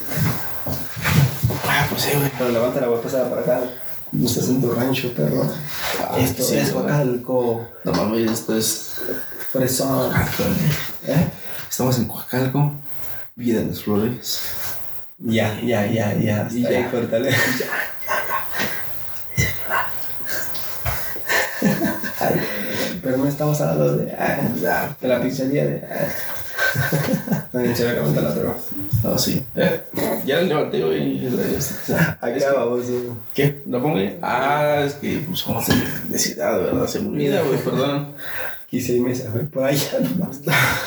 Speaker 1: Ah, pues sí, güey.
Speaker 2: Pero levanta la voy a pasar para acá. No estás en tu rancho, perro. Esto
Speaker 1: sí,
Speaker 2: es
Speaker 1: güey.
Speaker 2: Coacalco.
Speaker 1: No mames, esto es
Speaker 2: Fresón.
Speaker 1: ¿Eh? Estamos en Coacalco, Villa de las Flores.
Speaker 2: Ya. Y ya, córtale. Ay, pero no estamos hablando de la pizzería de. Ay, se me levanta la droga.
Speaker 1: Ah, sí. Ya lo levanté, güey.
Speaker 2: Acá vamos.
Speaker 1: ¿Qué? ¿Lo pongo? Ah, es que pues, somos de ciudad, ¿verdad? Se me olvida, güey, perdón.
Speaker 2: Quise irme a ver por allá nomás.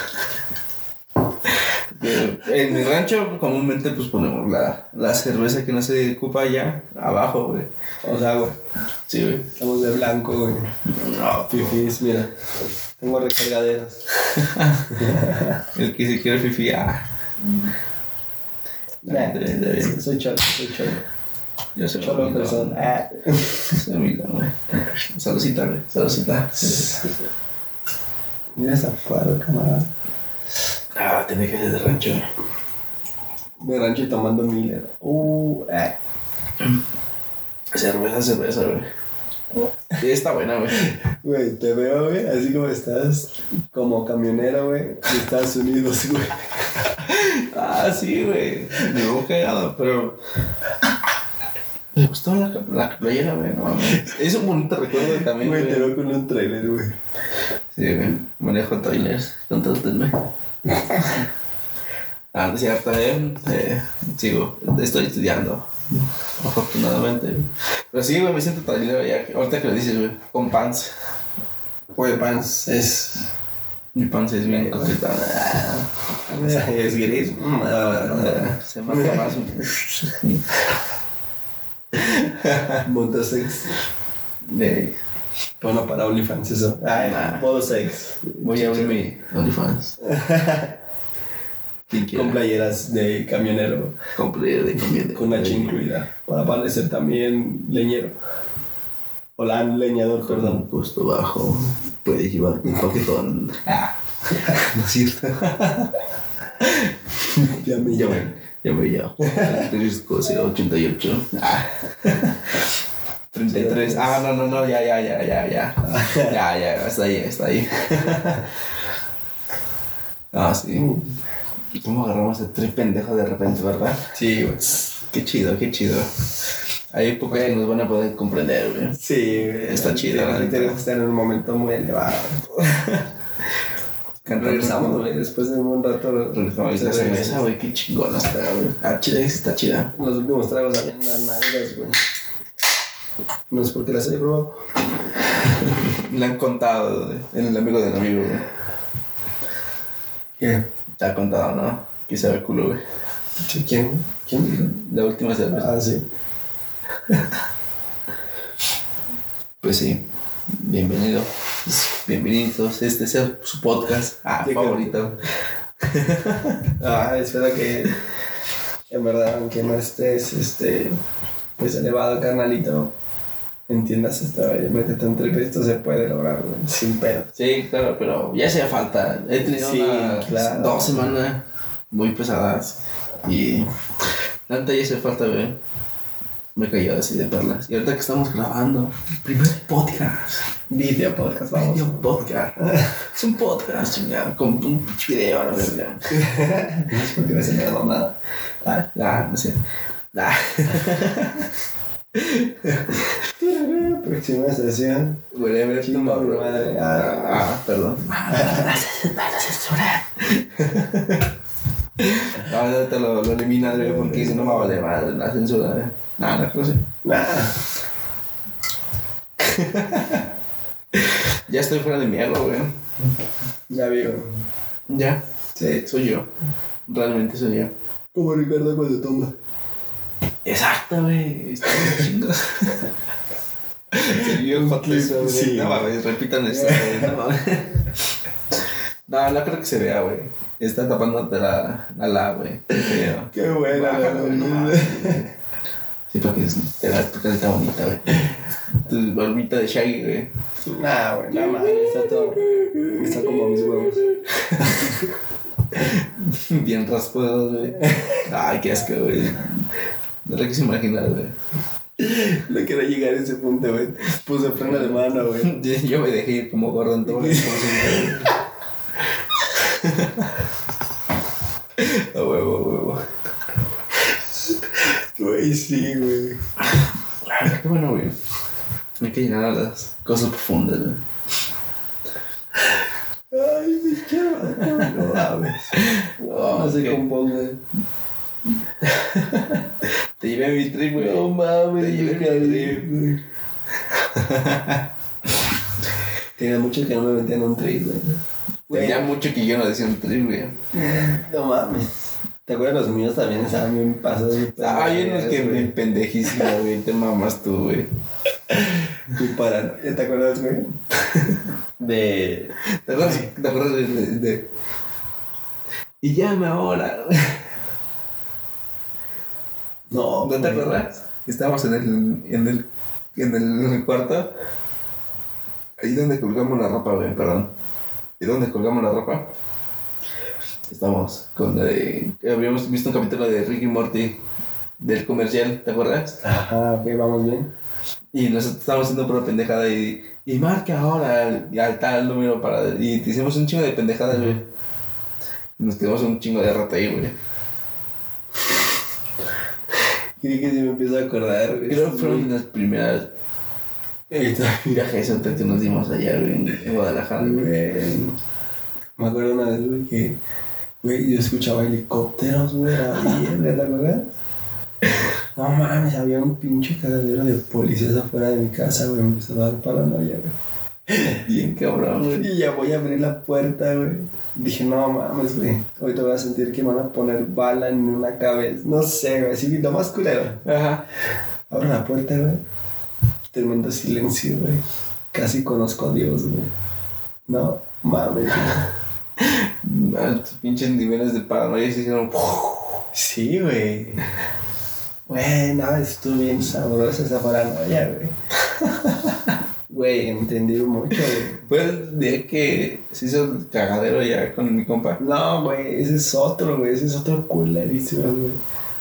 Speaker 1: En mi rancho comúnmente pues ponemos la cerveza que no se ocupa allá abajo, güey.
Speaker 2: O sea, güey.
Speaker 1: Sí, güey.
Speaker 2: Estamos de blanco, güey.
Speaker 1: No,
Speaker 2: Fifis, mira. Tengo recargaderos.
Speaker 1: el que se quiere fifi,
Speaker 2: Nah,
Speaker 1: Está bien.
Speaker 2: soy cholo.
Speaker 1: Yo soy
Speaker 2: Cholo
Speaker 1: humilde,
Speaker 2: persona.
Speaker 1: soy humilde, güey. Saludcita, güey. Saludcita.
Speaker 2: Mira esa paro, camarada.
Speaker 1: Tiene que ser de rancho.
Speaker 2: De rancho tomando Miller.
Speaker 1: Cerveza, güey. Sí, está buena, güey.
Speaker 2: Güey, te veo, güey, así como estás como camionero, güey, de Estados Unidos, güey.
Speaker 1: Sí, güey. Me hubo cagado, pero. Me gustó la playera, güey. No mames. Es un bonito recuerdo también,
Speaker 2: Güey,
Speaker 1: güey.
Speaker 2: te veo con un trailer, güey.
Speaker 1: Sí, güey. Manejo trailers. Contrátenme. No es cierto, sigo. Estoy estudiando. Afortunadamente. Pero sí, güey, me siento trailero ya. Ahorita que lo dices, güey. Con pants.
Speaker 2: Güey, Pans es.
Speaker 1: Mi pants es bien coqueta.
Speaker 2: Es gris.
Speaker 1: Se marca más.
Speaker 2: Montasex. Bueno, para OnlyFans, eso. Modo sex.
Speaker 1: Voy a abrir mi OnlyFans. ¿Quién quiere?
Speaker 2: Con playeras de camionero.
Speaker 1: Con player de comida.
Speaker 2: Con H incluida. Para parecer también leñero. O leñador,
Speaker 1: Con
Speaker 2: perdón.
Speaker 1: un costo bajo. Puedes llevar un paquetón.
Speaker 2: No es cierto. Ya me
Speaker 1: Ya. Risco 088. 33. No. Ya. Ya. Está ahí. Sí. ¿Cómo agarramos a tres pendejos de repente, verdad?
Speaker 2: Sí, güey.
Speaker 1: Qué chido. Hay pocos que nos van a poder comprender, güey.
Speaker 2: Sí, güey.
Speaker 1: Está chido, la neta.
Speaker 2: Tenemos que estar en un momento muy elevado. Regresamos, güey. Después de un rato.
Speaker 1: Regresamos a la cerveza, güey. Qué chingona está, güey. Chida, está chida.
Speaker 2: Los últimos tragos habían unas nalgas, güey. No es porque las haya probado.
Speaker 1: Le han contado, güey. El amigo del amigo, güey.
Speaker 2: ¿Qué?
Speaker 1: Te ha contado, ¿no? Que sabe culo, güey.
Speaker 2: ¿Quién?
Speaker 1: La última cerveza.
Speaker 2: Sí.
Speaker 1: Pues sí. Bienvenidos. Este es su podcast favorito.
Speaker 2: Espero que en verdad, aunque no estés pues elevado, carnalito, entiendas esto, métete un trip, esto se puede lograr, güey, sin pedo.
Speaker 1: Sí, claro, pero ya hacía falta. He tenido
Speaker 2: claro.
Speaker 1: 2 semanas muy pesadas y tanta ya hacía falta, güey. Me he caído así de perlas. Y ahorita que estamos grabando el primer podcast.
Speaker 2: Video podcast, vamos.
Speaker 1: Video podcast. Es un podcast, chingado, con un pinche video a la verga.
Speaker 2: No es porque no se me ha dado nada.
Speaker 1: No sé.
Speaker 2: Próxima sesión.
Speaker 1: Whatever, tu
Speaker 2: madre.
Speaker 1: Perdón. Ahorita lo elimina, porque si no me vale madre la censura. No sé. Ya estoy fuera de mi ego, güey.
Speaker 2: Ya veo.
Speaker 1: Ya.
Speaker 2: Sí.
Speaker 1: Soy yo. Realmente soy yo.
Speaker 2: Como Ricardo cuando toma.
Speaker 1: Exacto, güey. Está bien chingos. Se vio foto eso, güey.
Speaker 2: Sí.
Speaker 1: No mames, repitan esto, güey. No mames. No creo que se vea, güey. Está tapándote la, güey.
Speaker 2: Qué bueno,
Speaker 1: güey. Sí, porque te das tu carita bonita, güey. Tu barbita de Shaggy, güey.
Speaker 2: Nah, güey, nada más. Está todo. Está como mis huevos.
Speaker 1: Bien raspados, güey. Ay, qué asco, güey. No lo quise imaginar, güey.
Speaker 2: No quería llegar a ese punto, güey. Puse freno de mano, güey.
Speaker 1: Yo me dejé ir como gordo en todo. A huevo, a huevo.
Speaker 2: Güey, sí, güey.
Speaker 1: Qué bueno, güey. Hay que llegar a las cosas profundas, güey.
Speaker 2: Ay, me quiero. No mames. No se componga.
Speaker 1: Te llevé a mi trip, güey.
Speaker 2: No mames,
Speaker 1: te llevé a mi trip,
Speaker 2: güey. Tenía mucho que no me metían un trip, güey.
Speaker 1: Tenía mucho que yo no decía un trip, güey.
Speaker 2: No mames. ¿Te acuerdas? Los míos también estaban bien pasados.
Speaker 1: Hay unos que me pendejísimo, güey. Te mamas tú, güey.
Speaker 2: Tu paranoia, ¿te acuerdas, güey?
Speaker 1: ¿Te acuerdas de... Y llame ahora, güey.
Speaker 2: No,
Speaker 1: ¿No te acuerdas? Estábamos en el cuarto. Ahí donde colgamos la ropa, güey, perdón. ¿Y dónde colgamos la ropa? Estamos con la de... Habíamos visto un capítulo de Ricky Morty del comercial, ¿te acuerdas?
Speaker 2: Ajá, ok, vamos bien.
Speaker 1: Y nosotros estábamos haciendo pura pendejada y marca ahora al tal número para... Y te hicimos un chingo de pendejadas, güey. Y nos quedamos un chingo de rato ahí, güey.
Speaker 2: Creo que sí me empiezo a acordar, güey.
Speaker 1: Creo que fueron las primeras viajes que nos dimos allá, güey, en Guadalajara, güey.
Speaker 2: Me acuerdo una vez, güey, que... Güey, yo escuchaba helicópteros, güey, ¿te acuerdas? No mames, había un pinche cagadero de policías afuera de mi casa, güey. Me empezó a dar paranoia, güey.
Speaker 1: Bien cabrón, güey.
Speaker 2: Y ya voy a abrir la puerta, güey. Dije, no mames, güey. Ahorita voy a sentir que me van a poner bala en una cabeza. No sé, güey. Así lo más culero.
Speaker 1: Ajá.
Speaker 2: Abro la puerta, güey. Tremendo silencio, güey. Casi conozco a Dios, güey. No mames, güey.
Speaker 1: Tus pinches niveles de paranoia se hicieron...
Speaker 2: Sí, güey. Güey, no, estuvo bien sabrosa esa paranoia, güey. Güey, entendí mucho, güey.
Speaker 1: Fue el día que se hizo el cagadero ya con mi compa.
Speaker 2: No, güey, ese es otro, güey. Ese es otro culerísimo, güey.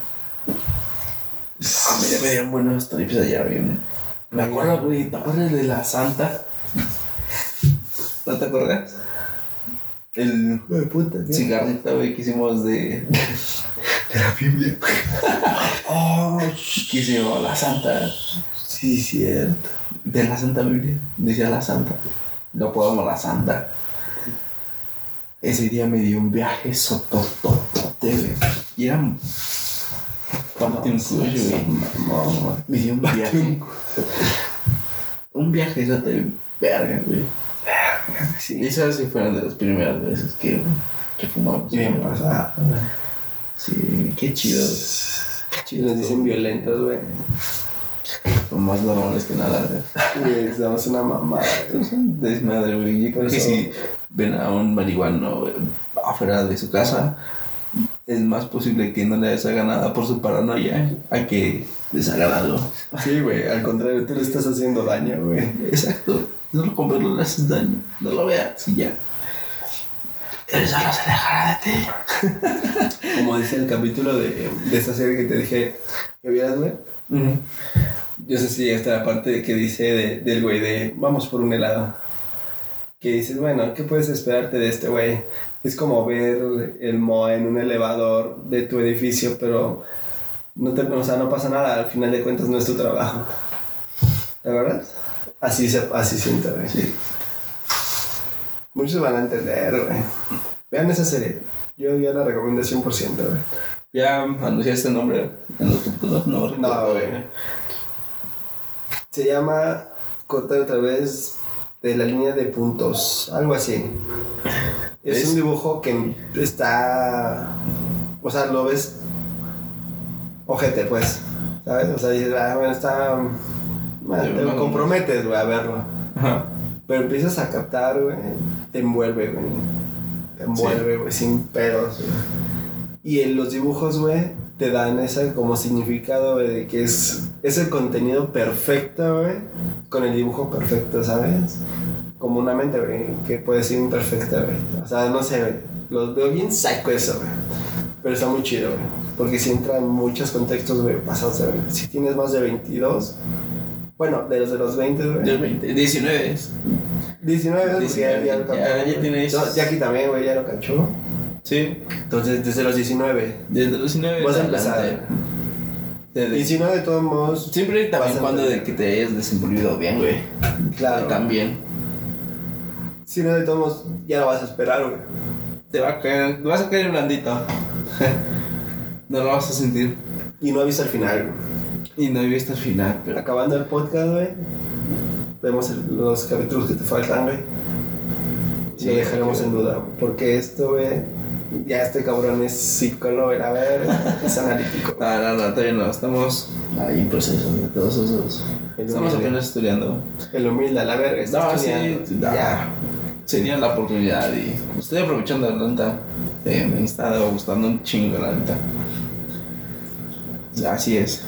Speaker 1: Me dieron buenos trips allá, güey. Me acuerdo, güey, ¿te acuerdas de la Santa? ¿No te acuerdas? El cigarrito, güey, que hicimos de
Speaker 2: la Biblia. Oh,
Speaker 1: que hicimos la Santa.
Speaker 2: Sí, cierto.
Speaker 1: De la Santa Biblia. Decía la Santa. Lo podemos la Santa. Ese día me dio un viaje sotototote, güey. Y era parte un cuyo, güey. Me dio un viaje. Un viaje de verga, güey. Sí. Esas sí fueron de las primeras veces que fumamos.
Speaker 2: Bien pasado, güey.
Speaker 1: Sí, qué chido.
Speaker 2: Qué chido. Nos dicen violentos, güey.
Speaker 1: Son más normales que nada,
Speaker 2: güey. Les damos una mamada.
Speaker 1: Es un desmadre, güey. Yo creo que si ven a un marihuano afuera de su casa, es más posible que no le haga nada por su paranoia a que les haga algo.
Speaker 2: Sí, güey. Al contrario, tú le estás haciendo daño, güey.
Speaker 1: Exacto. No lo compres, no le haces daño. No lo veas y ya. Él solo se alejará de ti.
Speaker 2: Como dice el capítulo de esta serie que te dije que vieras, güey. Yo sé si esta la parte que dice del güey de vamos por un helado. Que dices, bueno, ¿qué puedes esperarte de este güey? Es como ver el MOA en un elevador de tu edificio, pero no pasa nada. Al final de cuentas no es tu trabajo. ¿De verdad? Así siento, güey. Sí. Muchos van a entender, güey. Vean esa serie. Yo ya la recomiendo 100%, güey.
Speaker 1: ¿Ya anunciaste el nombre en los subtítulos? No,
Speaker 2: güey. Se llama cortar otra vez de la línea de puntos, algo así. Es un dibujo que está, o sea, lo ves ojete, pues, ¿sabes? O sea, dices, bueno, está, bueno, te comprometes, güey, a verlo.
Speaker 1: Ajá.
Speaker 2: Pero empiezas a captar, güey, te envuelve, güey. Te envuelve, güey, sin pedos, güey. Y en los dibujos, güey, te dan ese como significado, güey, de que es el contenido perfecto, güey, con el dibujo perfecto, ¿sabes? Como una mente, güey, que puede ser imperfecta, güey. O sea, no sé, güey, los veo bien psycho eso, güey. Pero está muy chido, güey. Porque si entran muchos contextos, güey, pasados de, güey. Si tienes más de 22, bueno, de los 20, güey.
Speaker 1: De 20, 19 es.
Speaker 2: 19, ya lo cachó.
Speaker 1: Ya tienes.
Speaker 2: No, Jackie también, güey, ya lo cachó.
Speaker 1: Sí.
Speaker 2: Entonces, desde los 19.
Speaker 1: Desde los 19
Speaker 2: vas a
Speaker 1: adelante.
Speaker 2: empezar. Y si no, de todos modos.
Speaker 1: Siempre y también
Speaker 2: vas a
Speaker 1: cuando de
Speaker 2: entender.
Speaker 1: que te hayas desenvolvido bien, güey.
Speaker 2: Claro.
Speaker 1: También.
Speaker 2: Si no, de todos modos, ya lo vas a esperar, güey.
Speaker 1: Te vas a caer blandito. No lo vas a sentir.
Speaker 2: Y no aviso al final, güey.
Speaker 1: Y no he visto el final, pero.
Speaker 2: Acabando el podcast, güey, vemos los capítulos que te faltan, güey. Y lo dejaremos en duda, güey, porque esto, güey, ya este cabrón es psicólogo, a ver, es analítico.
Speaker 1: No, todavía no. Estamos ahí en proceso de todos esos. Estamos apenas estudiando.
Speaker 2: El humilde, a la verga, está
Speaker 1: No,
Speaker 2: estudiando.
Speaker 1: sí,
Speaker 2: Ya.
Speaker 1: Sería la oportunidad y estoy aprovechando la neta. Me ha estado gustando un chingo, la neta. Así es.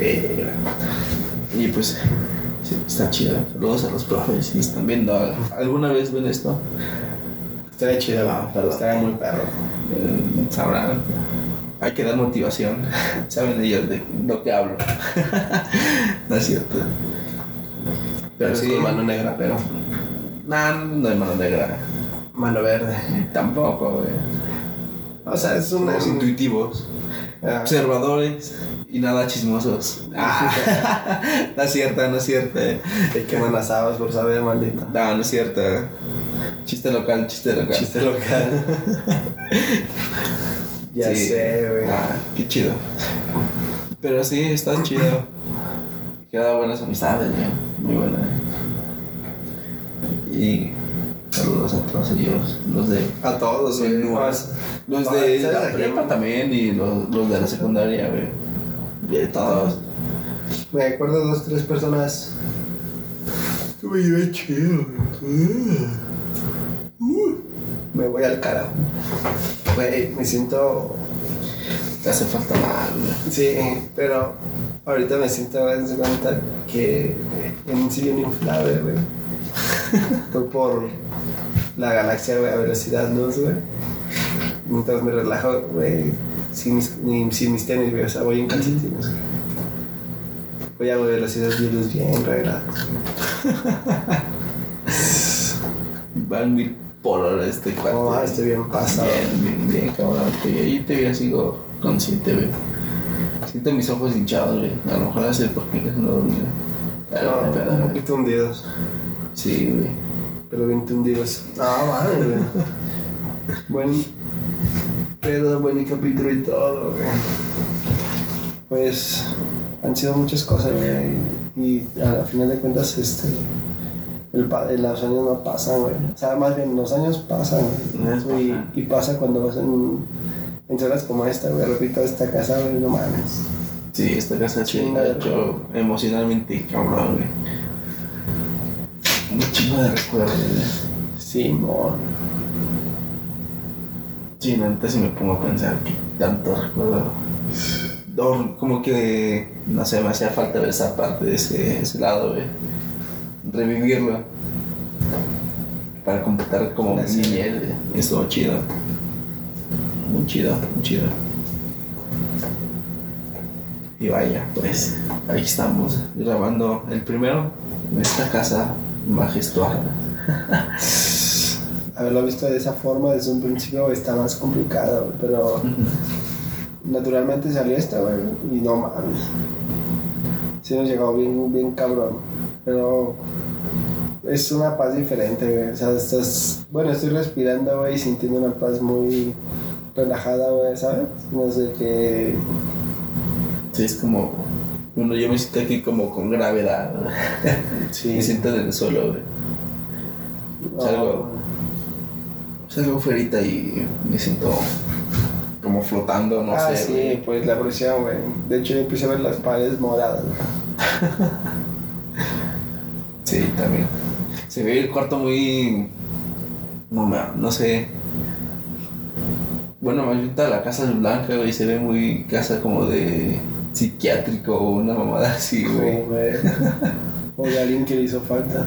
Speaker 1: Y pues, sí, está chido. Saludos a los profes. Si están viendo, ¿alguna vez ven esto?
Speaker 2: Estaría chido, güey.
Speaker 1: Perdón.
Speaker 2: Estaría muy perro.
Speaker 1: Sabrán. Hay que dar motivación. Saben ellos de lo que hablo. No es cierto.
Speaker 2: Pero
Speaker 1: sí,
Speaker 2: sí, con mano negra, pero.
Speaker 1: Nah, no hay mano negra.
Speaker 2: Mano verde.
Speaker 1: Tampoco, güey.
Speaker 2: O sea, es una.
Speaker 1: Somos intuitivos, observadores y nada chismosos. No es cierto, no es cierto.
Speaker 2: Te queman las habas por saber, maldita.
Speaker 1: No es cierto. Chiste local, chiste local.
Speaker 2: Chiste local. Ya
Speaker 1: Sí.
Speaker 2: sé, güey.
Speaker 1: Qué chido. Pero sí, está chido. Queda buenas amistades, güey. Muy buena. Y saludos a todos ellos. Los de.
Speaker 2: A todos, güey.
Speaker 1: Los de
Speaker 2: ¿sabes
Speaker 1: la
Speaker 2: a quién?
Speaker 1: prepa también y los de la secundaria, güey. De todos.
Speaker 2: Me acuerdo de 2, 3 personas. Me iba chido, me voy al carajo. Güey, me siento.
Speaker 1: Te hace falta mal, güey.
Speaker 2: Sí, pero ahorita me siento de cuenta que en un sillón inflable, güey. Fue por la galaxia, güey, a velocidad luz, güey. Mientras me relajo, güey, sin mis tenis, güey, o sea, voy en calcetines, güey. Voy a velocidad luz bien, relajado.
Speaker 1: Van 1000 por hora este cuate.
Speaker 2: Oh, estoy bien pasado.
Speaker 1: Bien, cabrón. Yo todavía sigo consciente, güey. Siento mis ojos hinchados, güey. A lo mejor hace porque no he dormido.
Speaker 2: No, un poquito hundidos.
Speaker 1: Sí, güey.
Speaker 2: Pero bien hundidos. No, madre, güey. Buen pedo, buen capítulo y todo, güey. Pues han sido muchas cosas, güey. Y a final de cuentas, los años no pasan, güey. O sea, más bien, los años pasan, güey. Y pasa cuando vas en zonas como esta, güey. Repito, esta casa, güey, no mames.
Speaker 1: Sí, esta casa sí
Speaker 2: Chingo
Speaker 1: ha
Speaker 2: de
Speaker 1: hecho emocionalmente cabrón, güey. Un chingo de recuerdos, güey.
Speaker 2: Sí, mon.
Speaker 1: Sí, antes sí me pongo a pensar que tanto recuerdo. Como que, no sé, me hacía falta ver esa parte de ese lado, güey. Revivirlo. Para completar como mi niñez, güey. Estuvo chido. Muy chido, muy chido. Y vaya, pues, ahí estamos grabando el primero en esta casa majestuosa.
Speaker 2: Haberlo visto de esa forma desde un principio está más complicado, güey, pero naturalmente salió esta, güey, y no mames. Sí nos llegó bien cabrón, pero es una paz diferente, güey. O sea, estoy respirando, güey, y sintiendo una paz muy relajada, güey, ¿sabes? No sé qué.
Speaker 1: Sí, es como Bueno, yo me siento aquí como con gravedad, ¿no?
Speaker 2: Sí.
Speaker 1: Me siento en el suelo, güey. Salgo afuera y me siento como flotando, no sé.
Speaker 2: Sí,
Speaker 1: güey.
Speaker 2: pues la presión, güey. De hecho, yo empecé a ver las paredes moradas.
Speaker 1: Sí, también. Se ve el cuarto muy... No sé. Bueno, más bien toda la casa es blanca, güey. Se ve muy casa como de psiquiátrico o una mamada así, güey.
Speaker 2: O de alguien que le hizo falta.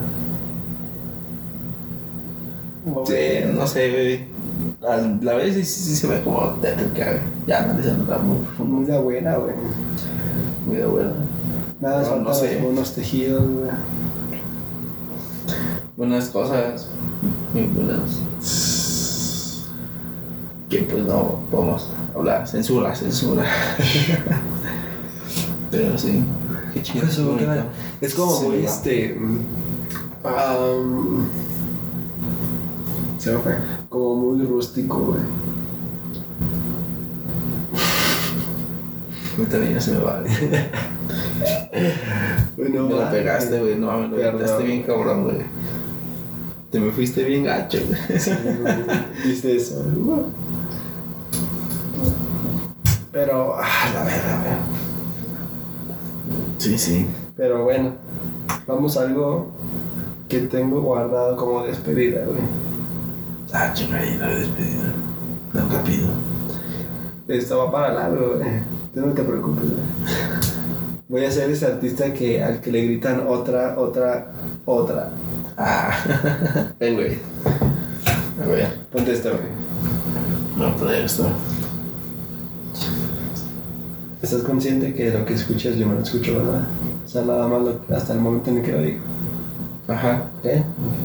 Speaker 1: Sí, no sé, güey. A la vez sí se ve como tétrica, güey. Ya analizando muy profundo.
Speaker 2: Muy de buena, güey.
Speaker 1: Muy de buena.
Speaker 2: Nada,
Speaker 1: No,
Speaker 2: faltan
Speaker 1: no sé.
Speaker 2: los buenos tejidos, güey.
Speaker 1: Buenas cosas. Muy buenas. Que pues no podemos hablar. Censura. Pero sí. Qué chido.
Speaker 2: Eso,
Speaker 1: bonito.
Speaker 2: cara, es como
Speaker 1: Sí,
Speaker 2: muy
Speaker 1: va.
Speaker 2: Se me fue. Como muy rústico, güey.
Speaker 1: Ahorita ya se me va.
Speaker 2: Bueno,
Speaker 1: Me la pegaste, güey. No, me lo
Speaker 2: Perdón.
Speaker 1: pegaste bien cabrón, güey. Te me fuiste bien gacho, güey.
Speaker 2: Sí, güey, viste eso. Pero, la verdad, güey.
Speaker 1: Sí.
Speaker 2: Pero bueno, vamos a algo que tengo guardado como despedida, güey.
Speaker 1: Chingadita de despedida. Tan rápido.
Speaker 2: Esto va para largo, güey. Tú no te preocupes, güey. Voy a ser ese artista al que le gritan otra.
Speaker 1: Ven, güey. A ver.
Speaker 2: Ponte esto, güey.
Speaker 1: No voy a poner esto.
Speaker 2: ¿Estás consciente que lo que escuchas yo no lo escucho, verdad? O sea, nada más hasta el momento en el que lo digo.
Speaker 1: Ajá.
Speaker 2: ¿Ok?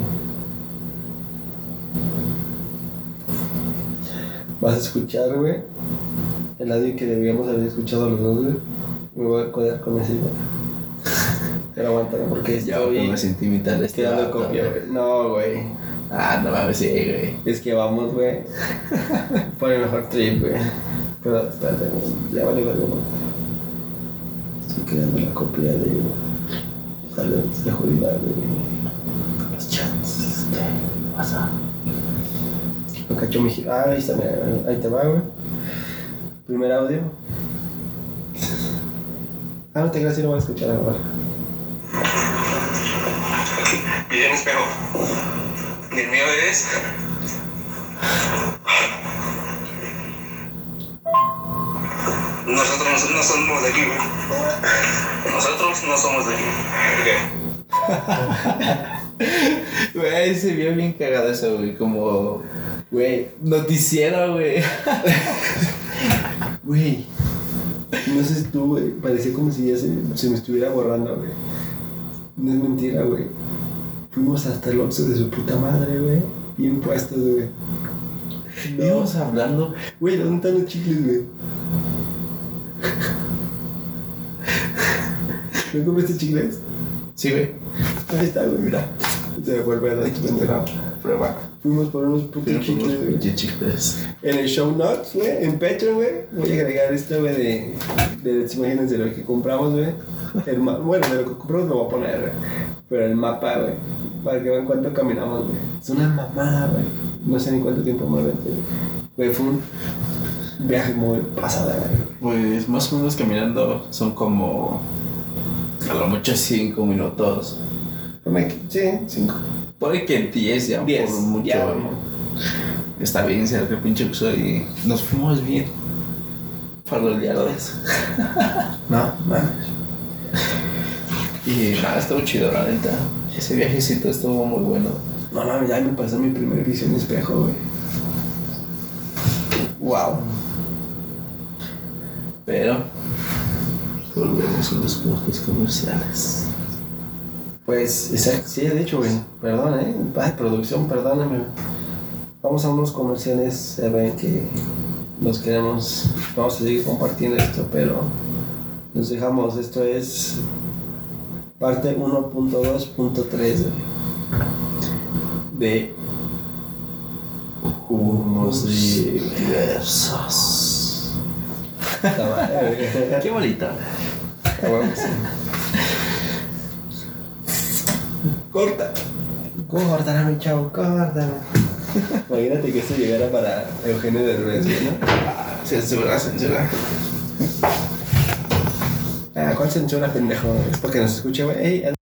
Speaker 2: Vas a escuchar, güey, el audio que debíamos haber escuchado los dos, güey. Me voy a codear con ese, güey. Pero aguántalo, porque
Speaker 1: Ya, güey. Me sentí imitar este.
Speaker 2: quedando
Speaker 1: vato,
Speaker 2: copia, güey. No, güey.
Speaker 1: No mames, sí, güey.
Speaker 2: Es que vamos, güey, por el mejor trip, güey. Pero espérate, güey, ya vale, güey. Estoy creando la copia de salones de jodida, güey. Los chats de WhatsApp. Lo cacho mi giro. Ahí está, mira, ahí te va, güey. Primer audio. No te creas, sí lo voy a escuchar ahora.
Speaker 3: Pide un espejo. Y el mío es. Nosotros no somos de aquí, güey. Nosotros no somos de aquí. ¿Por qué?
Speaker 1: Güey, se vio bien cagado eso, güey. Como, güey, noticiero, güey.
Speaker 2: Güey. No sé si tú, güey. Parecía como si ya se me estuviera borrando, güey. No es mentira, güey. Fuimos hasta el Oxxo de su puta madre, güey. Bien puestos, güey.
Speaker 1: Íbamos hablando.
Speaker 2: Güey, ¿dónde están los chicles, güey? ¿No comiste chicles?
Speaker 1: Sí, güey.
Speaker 2: Ahí está, güey, mira. Se me vuelve a dar tu pendeja.
Speaker 1: Prueba.
Speaker 2: Fuimos por unos putos chicles, güey.
Speaker 1: Chicles.
Speaker 2: En el show notes, güey, en Patreon, güey, voy a agregar esto, güey, de las imágenes de lo que compramos, güey. Bueno, de lo que compramos lo voy a poner, güey. Pero el mapa, güey, para que vean cuánto caminamos, güey. Es una mamada, güey. No sé ni cuánto tiempo me aventé, güey. Fue un viaje muy pasado, güey.
Speaker 1: Pues más o menos caminando son como a lo mucho 5 minutos.
Speaker 2: Sí, 5.
Speaker 1: Puede que 10 ya
Speaker 2: 10,
Speaker 1: por mucho.
Speaker 2: ya,
Speaker 1: güey. Está bien cerca el pinche Oxxo y nos fuimos bien faroleados.
Speaker 2: No, mames.
Speaker 1: Y nada, estuvo chido, la neta. Ese viajecito estuvo muy bueno.
Speaker 2: No mames, ya me pasó mi primer visión espejo, güey. Wow.
Speaker 1: Pero volvemos con los bloques comerciales.
Speaker 2: Pues, exacto, sí, de hecho, güey. Perdón, Ay, producción, perdóname. Vamos a unos comerciales, se ven que nos queremos. Vamos a seguir compartiendo esto, pero nos dejamos. Esto es parte 1.2.3, güey. De
Speaker 1: Humos diversos.
Speaker 2: Puta madre, güey.
Speaker 1: Qué bonito.
Speaker 2: Corta. Córtala, mi chavo, córtala. Imagínate que esto llegara para Eugenio Derbez, ¿no?
Speaker 1: Censura.
Speaker 2: ¿Cuál censura, pendejo? Es porque nos escucha, güey.